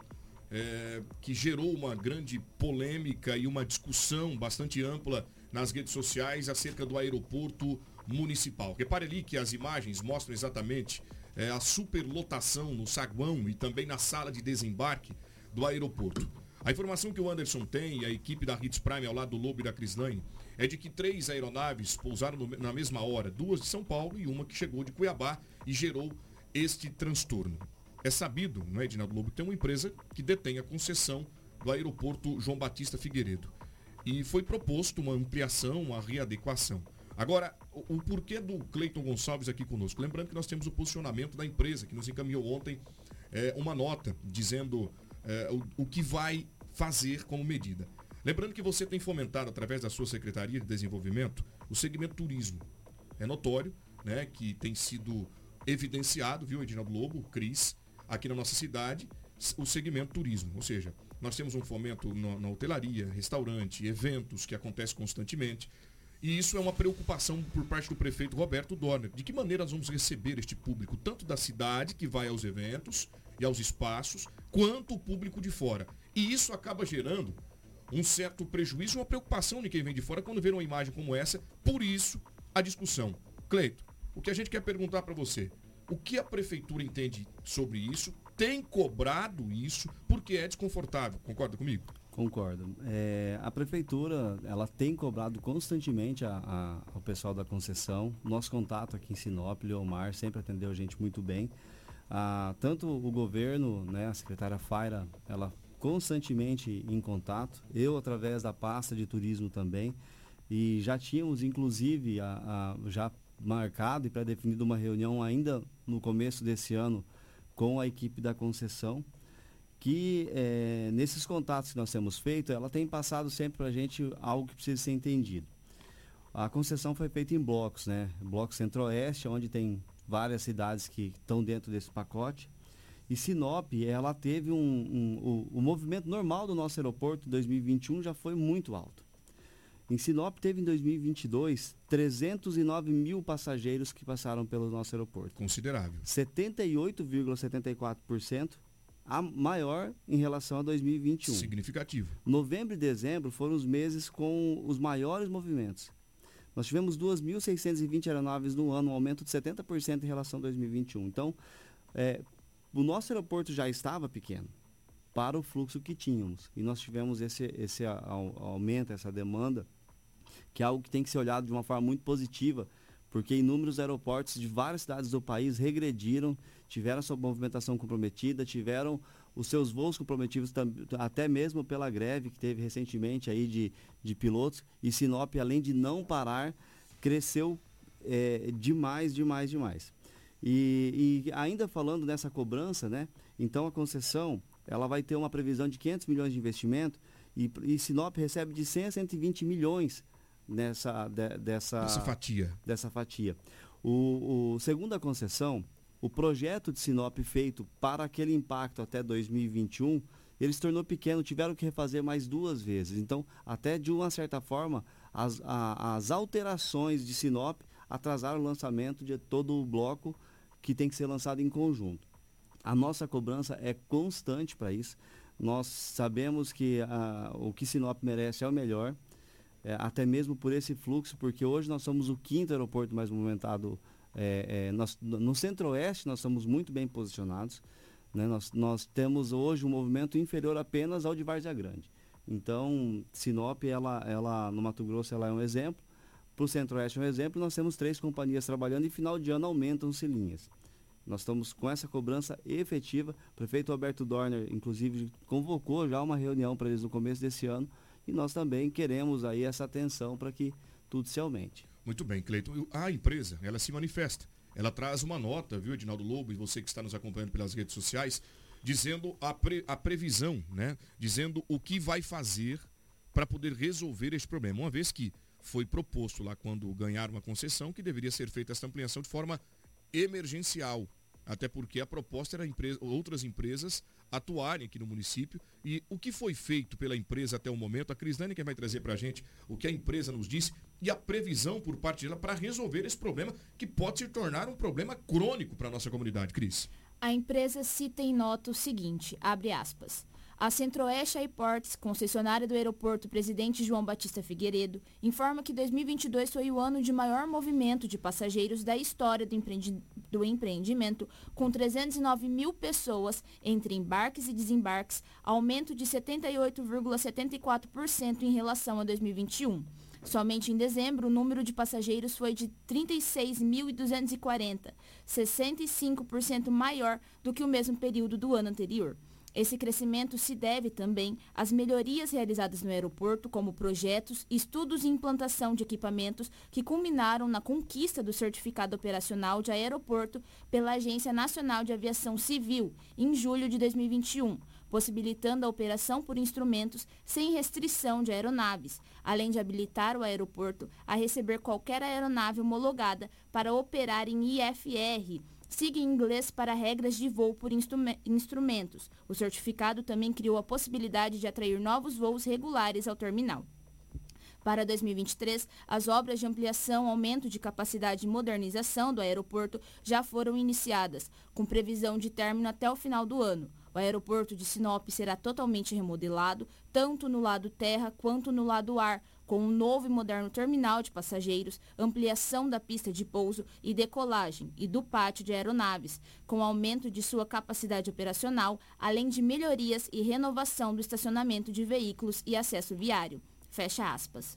é, que gerou uma grande polêmica e uma discussão bastante ampla nas redes sociais acerca do aeroporto municipal. Repare ali que as imagens mostram exatamente é, a superlotação no saguão e também na sala de desembarque do aeroporto. A informação que o Anderson tem e a equipe da Hits Prime ao lado do Lobo e da Crislane é de que três aeronaves pousaram no, na mesma hora, duas de São Paulo e uma que chegou de Cuiabá e gerou este transtorno. É sabido, não é, Edinaldo Lobo, que tem uma empresa que detém a concessão do aeroporto João Batista Figueiredo. E foi proposto uma ampliação, uma readequação. Agora, o, o porquê do Cleiton Gonçalves aqui conosco? Lembrando que nós temos o posicionamento da empresa, que nos encaminhou ontem é, uma nota dizendo é, o, o que vai fazer como medida. Lembrando que você tem fomentado, através da sua Secretaria de Desenvolvimento, o segmento turismo. É notório, né, que tem sido evidenciado, viu, Edinaldo Lobo, Cris, aqui na nossa cidade, o segmento turismo. Ou seja, nós temos um fomento na, na hotelaria, restaurante, eventos que acontecem constantemente. E isso é uma preocupação por parte do prefeito Roberto Dorner. De que maneira nós vamos receber este público, tanto da cidade, que vai aos eventos e aos espaços, quanto o público de fora. E isso acaba gerando um certo prejuízo, uma preocupação de quem vem de fora quando vê uma imagem como essa. Por isso, a discussão. Cleito, o que a gente quer perguntar para você, o que a prefeitura entende sobre isso? Tem cobrado isso porque é desconfortável, concorda comigo?
Concordo. É, a prefeitura, ela tem cobrado constantemente a, a, ao pessoal da concessão. Nosso contato aqui em Sinop, Leomar, sempre atendeu a gente muito bem. Ah, tanto o governo, né, a secretária Faira, ela constantemente em contato. Eu, através da pasta de turismo também. E já tínhamos, inclusive, a, a, já marcado e pré-definido uma reunião ainda no começo desse ano com a equipe da concessão, que é, nesses contatos que nós temos feito, ela tem passado sempre para a gente algo que precisa ser entendido. A concessão foi feita em blocos, né? Bloco Centro-Oeste, onde tem várias cidades que estão dentro desse pacote. E Sinop, ela teve um, um, o, o movimento normal do nosso aeroporto em dois mil e vinte e um já foi muito alto. Em Sinop teve em dois mil e vinte e dois trezentos e nove mil passageiros que passaram pelo nosso aeroporto.
Considerável.
setenta e oito vírgula setenta e quatro por cento a maior em relação a dois mil e vinte e um.
Significativo.
Novembro e dezembro foram os meses com os maiores movimentos. Nós tivemos duas mil seiscentas e vinte aeronaves no ano, um aumento de setenta por cento em relação a dois mil e vinte e um. Então, é, o nosso aeroporto já estava pequeno para o fluxo que tínhamos. E nós tivemos esse, esse aumento, essa demanda, que é algo que tem que ser olhado de uma forma muito positiva, porque inúmeros aeroportos de várias cidades do país regrediram, tiveram a sua movimentação comprometida, tiveram os seus voos comprometidos até mesmo pela greve que teve recentemente aí de, de pilotos, e Sinop, além de não parar, cresceu é, demais, demais, demais. E, e ainda falando nessa cobrança, né? Então a concessão, ela vai ter uma previsão de quinhentos milhões de investimento, e, e Sinop recebe de cem a cento e vinte milhões nessa de, dessa
essa fatia.
Dessa fatia. O, o, segundo a concessão, o projeto de Sinop feito para aquele impacto até dois mil e vinte e um, ele se tornou pequeno, tiveram que refazer mais duas vezes. Então, até de uma certa forma, as, a, as alterações de Sinop atrasaram o lançamento de todo o bloco que tem que ser lançado em conjunto. A nossa cobrança é constante para isso. Nós sabemos que a, o que Sinop merece é o melhor. é, até mesmo por esse fluxo, porque hoje nós somos o quinto aeroporto mais movimentado. É, é, nós, no Centro-Oeste nós estamos muito bem posicionados, né? nós, nós temos hoje um movimento inferior apenas ao de Várzea Grande. Então, Sinop, ela, ela, no Mato Grosso, ela é um exemplo, para o Centro-Oeste é um exemplo, nós temos três companhias trabalhando e final de ano aumentam-se linhas. Nós estamos com essa cobrança efetiva. O prefeito Alberto Dorner, inclusive, convocou já uma reunião para eles no começo desse ano e nós também queremos aí essa atenção para que tudo se aumente.
Muito bem, Cleiton. A empresa, ela se manifesta. Ela traz uma nota, viu, Edinaldo Lobo, e você que está nos acompanhando pelas redes sociais, dizendo a, pre, a previsão, né? Dizendo o que vai fazer para poder resolver este problema. Uma vez que foi proposto lá quando ganharam a concessão que deveria ser feita essa ampliação de forma emergencial. Até porque a proposta era empresa, outras empresas atuarem aqui no município. E o que foi feito pela empresa até o momento, a Crislane que vai trazer para a gente o que a empresa nos disse e a previsão por parte dela para resolver esse problema que pode se tornar um problema crônico para a nossa comunidade, Cris.
A empresa cita em nota o seguinte, abre aspas, a Centro-Oeste Airports, concessionária do aeroporto Presidente João Batista Figueiredo, informa que dois mil e vinte e dois foi o ano de maior movimento de passageiros da história do, empreendi- do empreendimento, com trezentos e nove mil pessoas entre embarques e desembarques, aumento de setenta e oito vírgula setenta e quatro por cento em relação a dois mil e vinte e um. Somente em dezembro, o número de passageiros foi de trinta e seis mil duzentos e quarenta, sessenta e cinco por cento maior do que o mesmo período do ano anterior. Esse crescimento se deve também às melhorias realizadas no aeroporto, como projetos, estudos e implantação de equipamentos que culminaram na conquista do certificado operacional de aeroporto pela Agência Nacional de Aviação Civil, em julho de dois mil e vinte e um, possibilitando a operação por instrumentos sem restrição de aeronaves, além de habilitar o aeroporto a receber qualquer aeronave homologada para operar em I F R, siga em inglês para regras de voo por instrume- instrumentos. O certificado também criou a possibilidade de atrair novos voos regulares ao terminal. Para dois mil e vinte e três, as obras de ampliação, aumento de capacidade e modernização do aeroporto já foram iniciadas, com previsão de término até o final do ano. O aeroporto de Sinop será totalmente remodelado, tanto no lado terra quanto no lado ar, com um novo e moderno terminal de passageiros, ampliação da pista de pouso e decolagem e do pátio de aeronaves, com aumento de sua capacidade operacional, além de melhorias e renovação do estacionamento de veículos e acesso viário. Fecha aspas.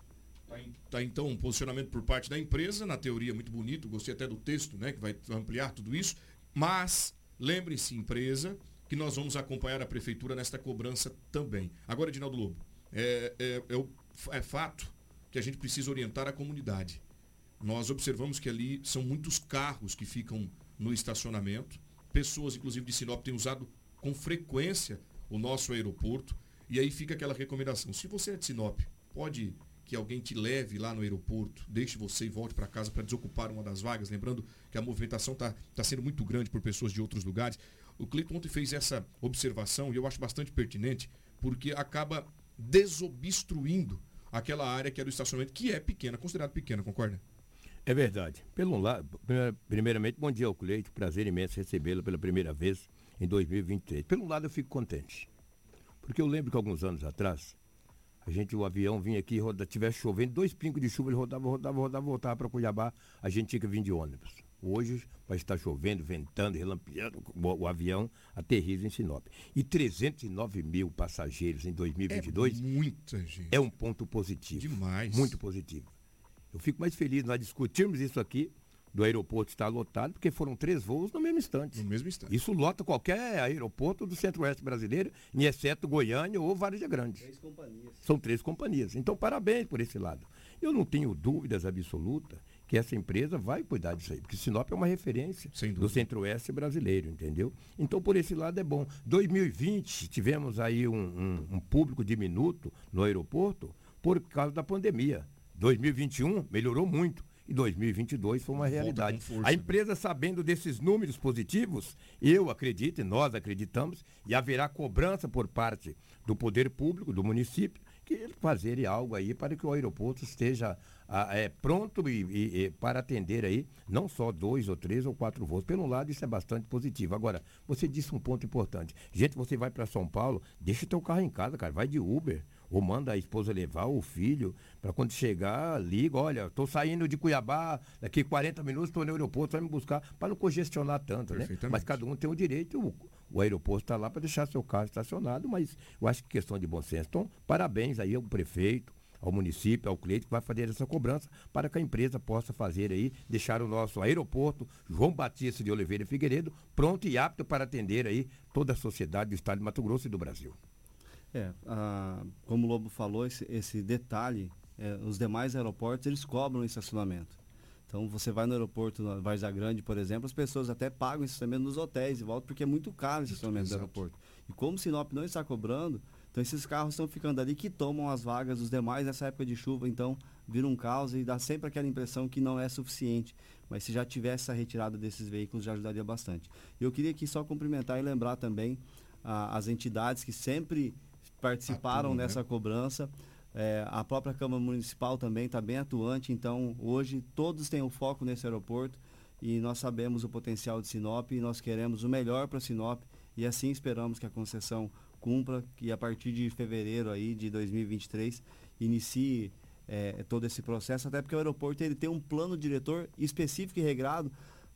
Tá, então um posicionamento por parte da empresa, na teoria muito bonito, gostei até do texto, né, que vai ampliar tudo isso, mas lembre-se, empresa, que nós vamos acompanhar a prefeitura nesta cobrança também. Agora, Edinaldo Lobo, é, é, é, o, é fato que a gente precisa orientar a comunidade. Nós observamos que ali são muitos carros que ficam no estacionamento, pessoas, inclusive de Sinop, têm usado com frequência o nosso aeroporto, e aí fica aquela recomendação. Se você é de Sinop, pode que alguém te leve lá no aeroporto, deixe você e volte para casa para desocupar uma das vagas, lembrando que a movimentação está tá sendo muito grande por pessoas de outros lugares. O Cleiton ontem fez essa observação e eu acho bastante pertinente, porque acaba desobstruindo aquela área que é do estacionamento, que é pequena, considerada pequena, concorda?
É verdade. Pelo lado, primeiramente, bom dia ao Cleiton, prazer imenso recebê-lo pela primeira vez em dois mil e vinte e três. Pelo lado eu fico contente, porque eu lembro que alguns anos atrás, a gente, o avião vinha aqui, roda, tivesse chovendo, dois pingos de chuva, ele rodava, rodava, rodava, voltava para Cuiabá, a gente tinha que vir de ônibus. Hoje vai estar chovendo, ventando, relampeando, o, o avião aterriza em Sinop. E trezentos e nove mil passageiros em dois mil e vinte e dois
é muita gente.
É um ponto positivo.
Demais.
Muito positivo. Eu fico mais feliz nós discutirmos isso aqui, do aeroporto estar lotado, porque foram três voos no mesmo instante.
No mesmo instante.
Isso lota qualquer aeroporto do Centro-Oeste brasileiro, exceto Goiânia ou Várzea Grande.
Três companhias.
São três companhias. Então, parabéns por esse lado. Eu não tenho dúvidas absolutas que essa empresa vai cuidar disso aí, porque Sinop é uma referência do Centro-Oeste brasileiro, entendeu? Então, por esse lado é bom. dois mil e vinte, tivemos aí um, um, um público diminuto no aeroporto por causa da pandemia. dois mil e vinte e um melhorou muito. E dois mil e vinte e dois foi uma realidade. Força, a empresa, sabendo desses números positivos, eu acredito e nós acreditamos, e haverá cobrança por parte do poder público, do município, que eles fazerem algo aí para que o aeroporto esteja a, é, pronto e, e, e para atender aí, não só dois ou três ou quatro voos. Pelo lado, isso é bastante positivo. Agora, você disse um ponto importante. Gente, você vai para São Paulo, deixa o teu carro em casa, cara, vai de Uber. Ou manda a esposa levar o filho, para quando chegar, liga, olha, estou saindo de Cuiabá, daqui quarenta minutos estou no aeroporto, vai me buscar, para não congestionar tanto, né? Mas cada um tem o direito, o, o aeroporto está lá para deixar seu carro estacionado, mas eu acho que questão de bom senso. Então, parabéns aí ao prefeito, ao município, ao cliente que vai fazer essa cobrança para que a empresa possa fazer aí, deixar o nosso aeroporto João Batista de Oliveira Figueiredo pronto e apto para atender aí toda a sociedade do estado de Mato Grosso e do Brasil.
É, ah, como o Lobo falou, esse, esse detalhe, é, os demais aeroportos, eles cobram estacionamento. Então, você vai no aeroporto, na Várzea Grande, por exemplo, as pessoas até pagam estacionamento nos hotéis e voltam, porque é muito caro o estacionamento do aeroporto. E como Sinop não está cobrando, então esses carros estão ficando ali que tomam as vagas dos demais nessa época de chuva, então vira um caos e dá sempre aquela impressão que não é suficiente. Mas se já tivesse essa retirada desses veículos, já ajudaria bastante. Eu queria aqui só cumprimentar e lembrar também ah, as entidades que sempre participaram Atuam, nessa né? cobrança. É, a própria Câmara Municipal também está bem atuante, então hoje todos têm o foco nesse aeroporto e nós sabemos o potencial de Sinop e nós queremos o melhor para Sinop e assim esperamos que a concessão cumpra, que a partir de fevereiro aí de dois mil e vinte e três inicie é, todo esse processo, até porque o aeroporto ele tem um plano diretor específico e regrado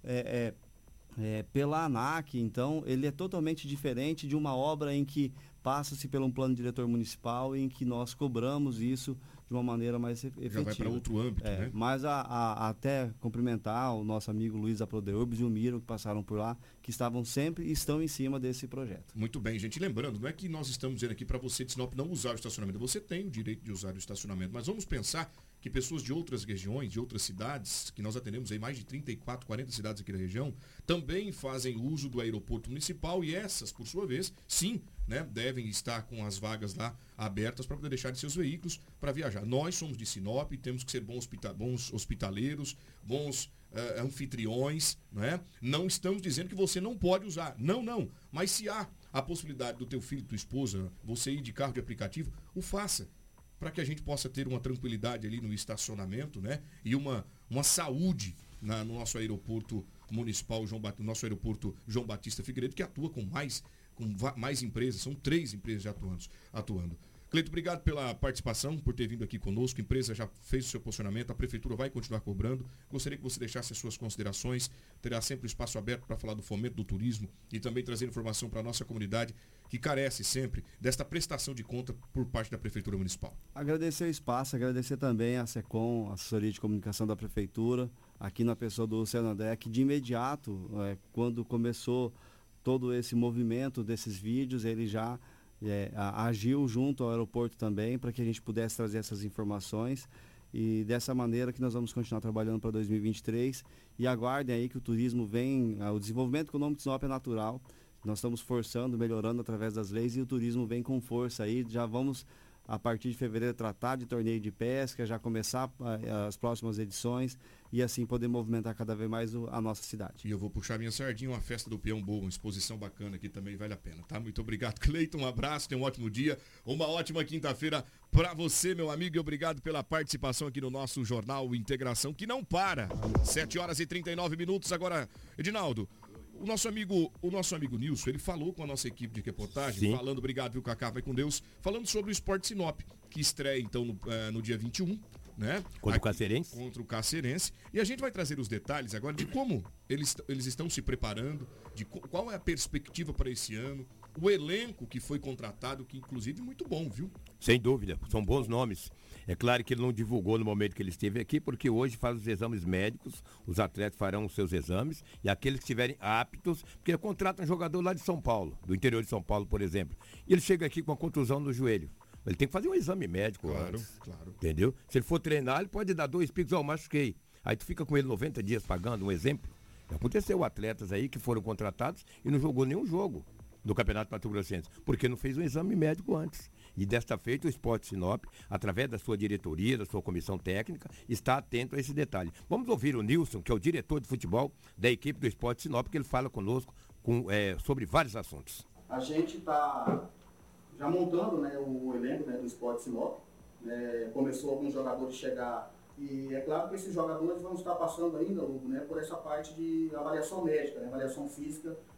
é, é, é, pela ANAC, então ele é totalmente diferente de uma obra em que passa-se por um plano diretor municipal em que nós cobramos isso de uma maneira mais efetiva.
Já vai para outro âmbito,
é,
né?
Mas a, a, até cumprimentar o nosso amigo Luiz da Prodeurbs e o Miro, que passaram por lá, que estavam sempre e estão em cima desse projeto.
Muito bem, gente. Lembrando, não é que nós estamos dizendo aqui para você de Sinop não usar o estacionamento. Você tem o direito de usar o estacionamento, mas vamos pensar que pessoas de outras regiões, de outras cidades, que nós atendemos aí mais de trinta e quatro, quarenta cidades aqui da região, também fazem uso do aeroporto municipal e essas, por sua vez, sim, né, devem estar com as vagas lá abertas para poder deixar de seus veículos para viajar. Nós somos de Sinop, temos que ser bons, hospita- bons hospitaleiros, bons uh, anfitriões, né? Não estamos dizendo que você não pode usar, não, não, mas se há a possibilidade do teu filho, tua esposa, você ir de carro de aplicativo, o faça, para que a gente possa ter uma tranquilidade ali no estacionamento, né? E uma, uma saúde na, no nosso aeroporto municipal, João Bat- no nosso aeroporto João Batista Figueiredo, que atua com mais com mais empresas, são três empresas já atuando. atuando. Cleito, obrigado pela participação, por ter vindo aqui conosco. A empresa já fez o seu posicionamento, a prefeitura vai continuar cobrando. Gostaria que você deixasse as suas considerações. Terá sempre o espaço aberto para falar do fomento do turismo e também trazer informação para a nossa comunidade, que carece sempre desta prestação de conta por parte da Prefeitura Municipal.
Agradecer o espaço, agradecer também a SECOM, a Assessoria de Comunicação da Prefeitura, aqui na pessoa do Luciano André, que de imediato, é, quando começou todo esse movimento desses vídeos, ele já é, agiu junto ao aeroporto também para que a gente pudesse trazer essas informações e dessa maneira que nós vamos continuar trabalhando para dois mil e vinte e três e aguardem aí que o turismo vem, o desenvolvimento econômico de Sinop é natural, nós estamos forçando, melhorando através das leis e o turismo vem com força aí, já vamos a partir de fevereiro tratar de torneio de pesca, já começar uh, as próximas edições e assim poder movimentar cada vez mais o, a nossa cidade.
E eu vou puxar minha sardinha, uma festa do peão boa, uma exposição bacana aqui também, vale a pena, tá? Muito obrigado, Cleiton, um abraço, tenha um ótimo dia, uma ótima quinta-feira para você, meu amigo, e obrigado pela participação aqui no nosso Jornal Integração, que não para. sete horas e trinta e nove minutos, agora, Edinaldo, O nosso amigo, o nosso amigo Nilson, ele falou com a nossa equipe de reportagem, Sim. falando, obrigado, viu, Cacá, vai com Deus, falando sobre o Sport Sinop, que estreia, então, no, uh, no dia vinte e um, né?
Contra Aqui, o Cacerense.
Contra o Cacerense. E a gente vai trazer os detalhes agora de como eles, eles estão se preparando, de qual é a perspectiva para esse ano, o elenco que foi contratado, que inclusive é muito bom, viu?
Sem dúvida, são bons nomes. É claro que ele não divulgou no momento que ele esteve aqui, porque hoje faz os exames médicos, os atletas farão os seus exames, e aqueles que estiverem aptos, porque contrata um jogador lá de São Paulo, do interior de São Paulo, por exemplo, e ele chega aqui com a contusão no joelho. Ele tem que fazer um exame médico
claro,
antes,
claro.
Entendeu? Se ele for treinar, ele pode dar dois picos, ó, oh, machuquei. Aí tu fica com ele noventa dias pagando, um exemplo. Aconteceu atletas aí que foram contratados e não jogou nenhum jogo do Campeonato Mato Grossense, porque não fez um exame médico antes. E desta feita o Sport Sinop, através da sua diretoria, da sua comissão técnica, está atento a esse detalhe. Vamos ouvir o Nilson, que é o diretor de futebol da equipe do Sport Sinop, que ele fala conosco com, é, sobre vários assuntos.
A gente está já montando, né, o elenco, né, do Sport Sinop. É, começou alguns jogadores chegar e é claro que esses jogadores vão estar passando ainda, Hugo, né, por essa parte de avaliação médica, né, avaliação física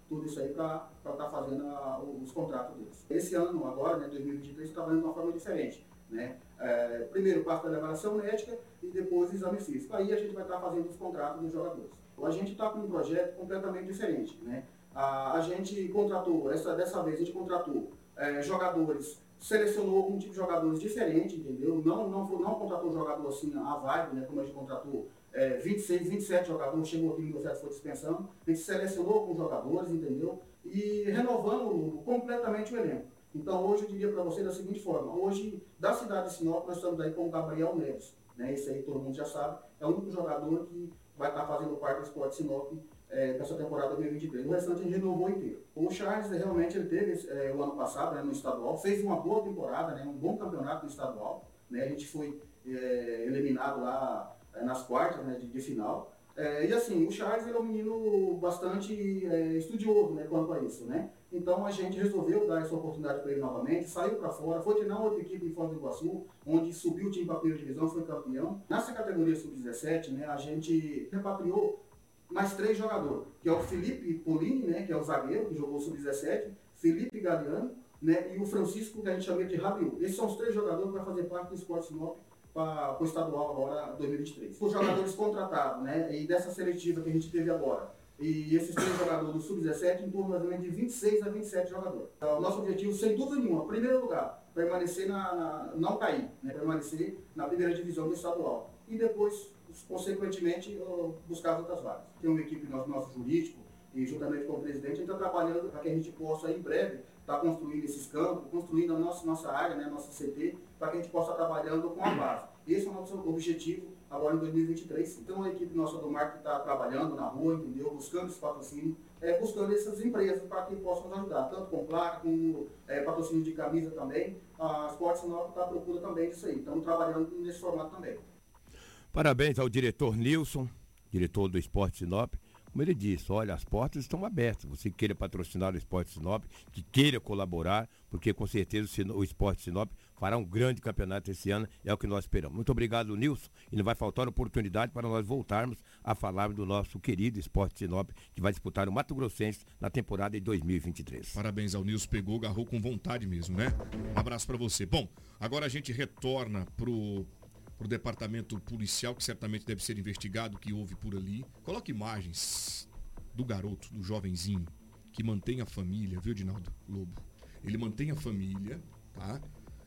tudo isso aí para estar tá fazendo a, os contratos deles. Esse ano, agora, né, dois mil e vinte e três, está trabalhando de uma forma diferente. Né? É, primeiro passa pela avaliação médica e depois o exame físico. Aí a gente vai estar fazendo os contratos dos jogadores. A gente está com um projeto completamente diferente. Né? A, a gente contratou, essa, dessa vez a gente contratou é, jogadores, selecionou um tipo de jogadores diferente, entendeu? Não, não, não contratou jogador assim, a vibe, né? Como a gente contratou é, vinte e seis, vinte e sete jogadores, chegou aqui no negociado, foi dispensão. A gente selecionou com jogadores, entendeu? E renovamos completamente o elenco. Então hoje eu diria para você da seguinte forma, hoje da cidade de Sinop nós estamos aí com o Gabriel Neves, né? Esse aí todo mundo já sabe, é o único jogador que vai estar fazendo parte do Sport Sinop é, nessa temporada dois mil e vinte e três. O restante a gente renovou inteiro. O Charles realmente ele teve é, o ano passado, né, no estadual, fez uma boa temporada, né, um bom campeonato no estadual, né? A gente foi é, eliminado lá é, nas quartas, né, de, de final. É, e assim, o Charles ele é um menino bastante é, estudioso, né, quanto a isso, né? Então a gente resolveu dar essa oportunidade para ele novamente, saiu para fora, foi treinar outra equipe em Foz do Iguaçu, onde subiu o time para a primeira divisão, foi campeão. Nessa categoria sub dezessete, né, a gente repatriou mais três jogadores, que é o Felipe Polini, né, que é o zagueiro, que jogou sub dezessete, Felipe Galeano, né, e o Francisco, que a gente chama de Rabiu. Esses são os três jogadores que vão fazer parte do Sport Sinop para o estadual agora, dois mil e vinte e três. Os jogadores contratados, né, e dessa seletiva que a gente teve agora, e esses três jogadores do sub dezessete, em torno mais ou menos de vinte e seis a vinte e sete jogadores. Então, o nosso objetivo, sem dúvida nenhuma, em primeiro lugar, permanecer na, na não cair, né, permanecer na primeira divisão do estadual. E depois, consequentemente, buscar outras vagas. Tem uma equipe nosso, nosso jurídico, e juntamente com o presidente, a gente está trabalhando para que a gente possa, em breve, estar tá construindo esses campos, construindo a nossa, nossa área, né, a nossa C T, para que a gente possa estar trabalhando com a base. Esse é o nosso objetivo agora em dois mil e vinte e três. Então a equipe nossa do marketing está trabalhando na rua, entendeu? Buscando esse patrocínio, é, buscando essas empresas para que possam nos ajudar, tanto com placa, como é, patrocínio de camisa também. A Sport Sinop está à procura também disso aí. Estamos trabalhando nesse formato também.
Parabéns ao diretor Nilson, diretor do Sport Sinop. Como ele disse, olha, as portas estão abertas. Você queira patrocinar o Sport Sinop, que queira colaborar, porque com certeza o Sport Sinop fará um grande campeonato esse ano, é o que nós esperamos. Muito obrigado, Nilson, e não vai faltar oportunidade para nós voltarmos a falar do nosso querido Sport Sinop, que vai disputar o Mato Grossense na temporada de dois mil e vinte e três.
Parabéns ao Nilson, pegou, agarrou com vontade mesmo, né? Um abraço para você. Bom, agora a gente retorna pro para o departamento policial, que certamente deve ser investigado o que houve por ali. Coloque imagens do garoto, do jovenzinho, que mantém a família, viu, Edinaldo Lobo? Ele mantém a família, tá?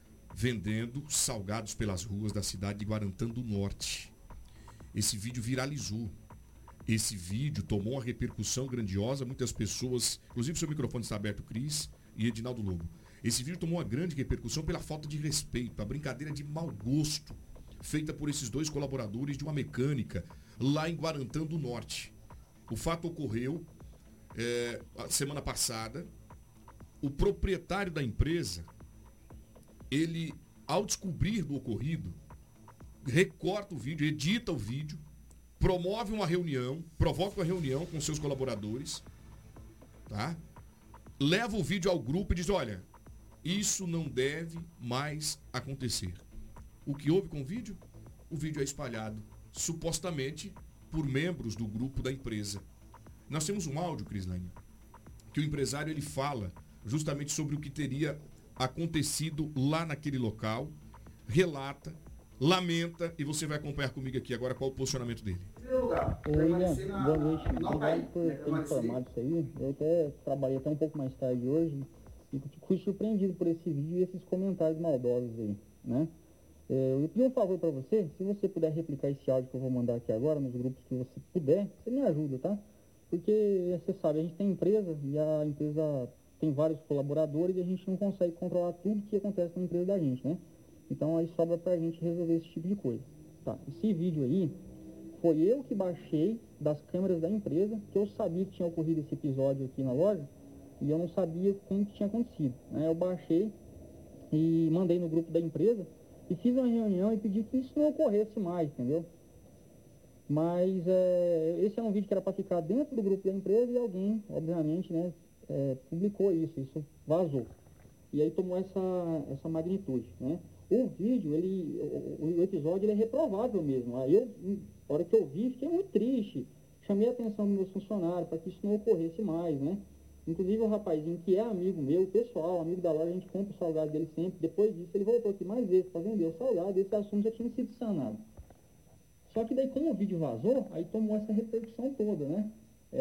Vendendo salgados pelas ruas da cidade de Guarantã do Norte. Esse vídeo viralizou. Esse vídeo tomou uma repercussão grandiosa, muitas pessoas, inclusive o seu microfone está aberto, Cris e Edinaldo Lobo. Esse vídeo tomou uma grande repercussão pela falta de respeito, a brincadeira de mau gosto, feita por esses dois colaboradores de uma mecânica lá em Guarantã do Norte. O fato ocorreu é, a semana passada. O proprietário da empresa, ele, ao descobrir do ocorrido, recorta o vídeo, edita o vídeo, promove uma reunião, provoca uma reunião com seus colaboradores, tá? Leva o vídeo ao grupo e diz, olha, isso não deve mais acontecer. O que houve com o vídeo? O vídeo é espalhado, supostamente, por membros do grupo da empresa. Nós temos um áudio, Crislane, que o empresário ele fala justamente sobre o que teria acontecido lá naquele local, relata, lamenta, e você vai acompanhar comigo aqui agora qual é o posicionamento dele.
Oi, William, boa noite. Obrigado por ter informado isso aí. Eu até trabalhei até um pouco mais tarde hoje e fui surpreendido por esse vídeo e esses comentários maldosos aí, né? Eu pedi um favor para você, se você puder replicar esse áudio que eu vou mandar aqui agora, nos grupos que você puder, você me ajuda, tá? Porque, você sabe, a gente tem empresa e a empresa tem vários colaboradores e a gente não consegue controlar tudo que acontece na empresa da gente, né? Então aí sobra pra gente resolver esse tipo de coisa. Tá, esse vídeo aí, foi eu que baixei das câmeras da empresa, que eu sabia que tinha ocorrido esse episódio aqui na loja, e eu não sabia como que tinha acontecido, né? Eu baixei e mandei no grupo da empresa, e fiz uma reunião e pedi que isso não ocorresse mais, entendeu? Mas é, esse é um vídeo que era para ficar dentro do grupo da empresa e alguém, obviamente, né, é, publicou isso, isso vazou. E aí tomou essa, essa magnitude, né? O vídeo, ele, o, o episódio, ele é reprovável mesmo. Aí eu, na hora que eu vi, fiquei muito triste. Chamei a atenção dos meus funcionários para que isso não ocorresse mais, né? Inclusive o rapazinho que é amigo meu, pessoal, amigo da loja, a gente compra o salgado dele sempre. Depois disso ele voltou aqui mais vezes para vender o salgado, esse assunto já tinha sido sanado. Só que daí como o vídeo vazou, aí tomou essa repercussão toda, né?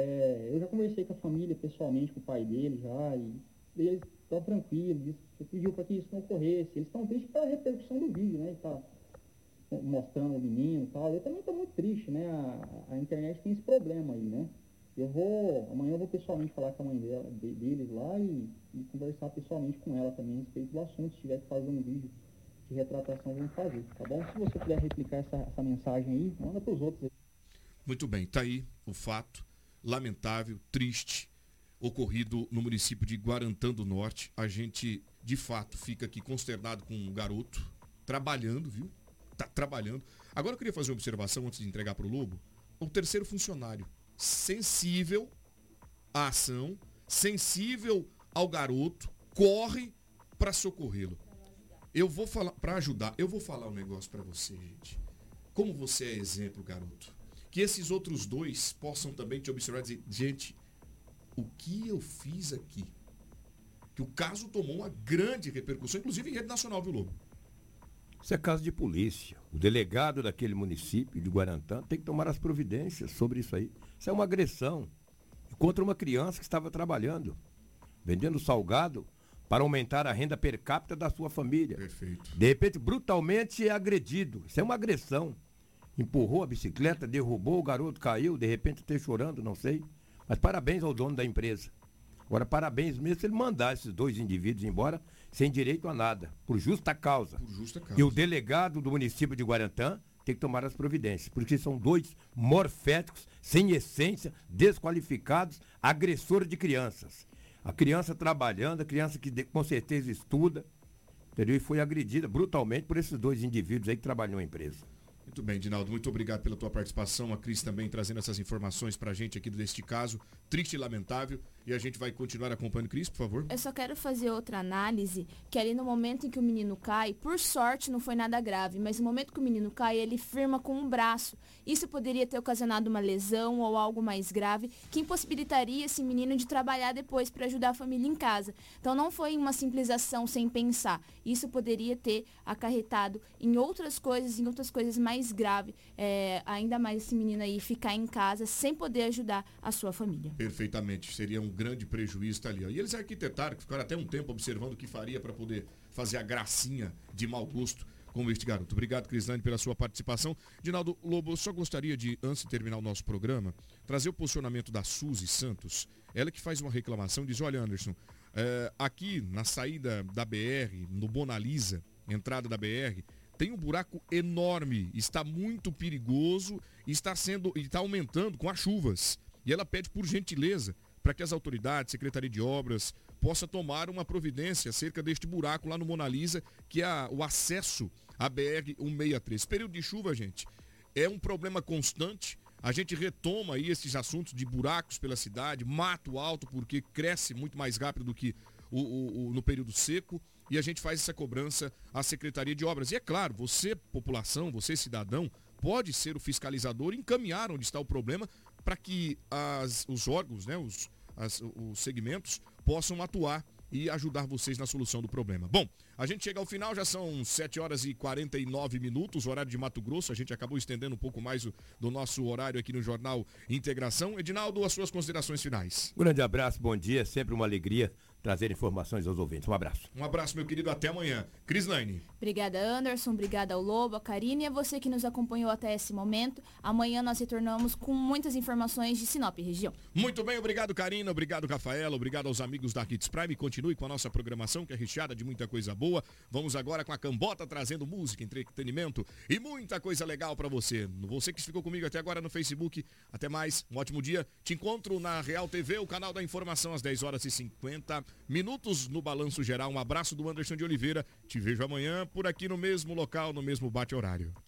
É, eu já conversei com a família pessoalmente, com o pai dele já, e eles estão tranquilos, pediu para que isso não ocorresse. Eles estão tristes pela repercussão do vídeo, né? Tá mostrando o menino e tal. Eu também estou muito triste, né? A, a internet tem esse problema aí, né? Eu vou, amanhã eu vou pessoalmente falar com a mãe dela, de, deles lá e, e conversar pessoalmente com ela também a respeito do assunto. Se tiver que fazer um vídeo de retratação, vamos fazer, tá bom? Se você puder replicar essa, essa mensagem aí, manda para os outros aí.
Muito bem, tá aí o fato lamentável, triste, ocorrido no município de Guarantã do Norte. A gente, de fato, fica aqui consternado com um garoto trabalhando, viu? Tá trabalhando. Agora eu queria fazer uma observação antes de entregar para o Lobo. O terceiro funcionário, sensível à ação, sensível ao garoto, corre para socorrê-lo. Eu vou falar, para ajudar, eu vou falar um negócio para você, gente. Como você é exemplo, garoto. Que esses outros dois possam também te observar e dizer, gente, o que eu fiz aqui? Que o caso tomou uma grande repercussão, inclusive em rede nacional, viu, Lobo?
Isso é caso de polícia. O delegado daquele município de Guarantã tem que tomar as providências sobre isso aí. Isso é uma agressão contra uma criança que estava trabalhando, vendendo salgado para aumentar a renda per capita da sua família.
Perfeito.
De repente, brutalmente é agredido. Isso é uma agressão. Empurrou a bicicleta, derrubou, o garoto caiu, de repente até chorando, não sei. Mas parabéns ao dono da empresa. Agora, parabéns mesmo se ele mandar esses dois indivíduos embora sem direito a nada, por justa causa.
Por justa causa.
E o delegado do município de Guarantã tem que tomar as providências, porque são dois morféticos, sem essência, desqualificados, agressores de crianças. A criança trabalhando, a criança que com certeza estuda, entendeu? E foi agredida brutalmente por esses dois indivíduos aí que trabalham na empresa.
Muito bem, Dinaldo, muito obrigado pela tua participação. A Cris também trazendo essas informações pra gente aqui deste caso, triste e lamentável. E a gente vai continuar acompanhando. Cris, por favor.
Eu só quero fazer outra análise, que ali no momento em que o menino cai, por sorte não foi nada grave, mas no momento que o menino cai, ele firma com o braço. Isso poderia ter ocasionado uma lesão ou algo mais grave, que impossibilitaria esse menino de trabalhar depois para ajudar a família em casa. Então não foi uma simples ação sem pensar. Isso poderia ter acarretado em outras coisas, em outras coisas mais graves. É, ainda mais esse menino aí ficar em casa sem poder ajudar a sua família.
Perfeitamente. Seria um grande prejuízo tá ali. Ó. E eles arquitetaram, que ficaram até um tempo observando o que faria para poder fazer a gracinha de mau gosto como este garoto. Obrigado, Crislane, pela sua participação. Dinaldo Lobo, eu só gostaria de, antes de terminar o nosso programa, trazer o posicionamento da Suzy Santos. Ela que faz uma reclamação e diz, olha, Anderson, é, aqui na saída da B R, no Bonalisa, entrada da B R, tem um buraco enorme, está muito perigoso e está sendo, está aumentando com as chuvas. E ela pede por gentileza para que as autoridades, Secretaria de Obras, possa tomar uma providência acerca deste buraco lá no Mona Lisa, que é a, o acesso à B R cento e sessenta e três. Período de chuva, gente, é um problema constante. A gente retoma aí esses assuntos de buracos pela cidade, mato alto, porque cresce muito mais rápido do que o, o, o, no período seco. E a gente faz essa cobrança à Secretaria de Obras. E é claro, você, população, você, cidadão, pode ser o fiscalizador e encaminhar onde está o problema para que as, os órgãos, né, os, as, os segmentos possam atuar e ajudar vocês na solução do problema. Bom, a gente chega ao final, já são sete horas e quarenta e nove minutos, horário de Mato Grosso. A gente acabou estendendo um pouco mais o, do nosso horário aqui no Jornal Integração. Edinaldo, as suas considerações finais.
Um grande abraço, bom dia, sempre uma alegria trazer informações aos ouvintes. Um abraço.
Um abraço, meu querido, até amanhã. Crislane.
Obrigada, Anderson, obrigada ao Lobo, a Karine e a você que nos acompanhou até esse momento. Amanhã nós retornamos com muitas informações de Sinop região.
Muito bem, obrigado, Karina, obrigado, Rafaela, obrigado aos amigos da Hits Prime. Continue com a nossa programação, que é recheada de muita coisa boa. Vamos agora com a Cambota, trazendo música, entretenimento e muita coisa legal para você. Você que ficou comigo até agora no Facebook, até mais, um ótimo dia. Te encontro na Real T V, o canal da informação, às dez horas e cinquenta minutos no Balanço Geral. Um abraço do Anderson de Oliveira. Te vejo amanhã por aqui no mesmo local, no mesmo bate-horário.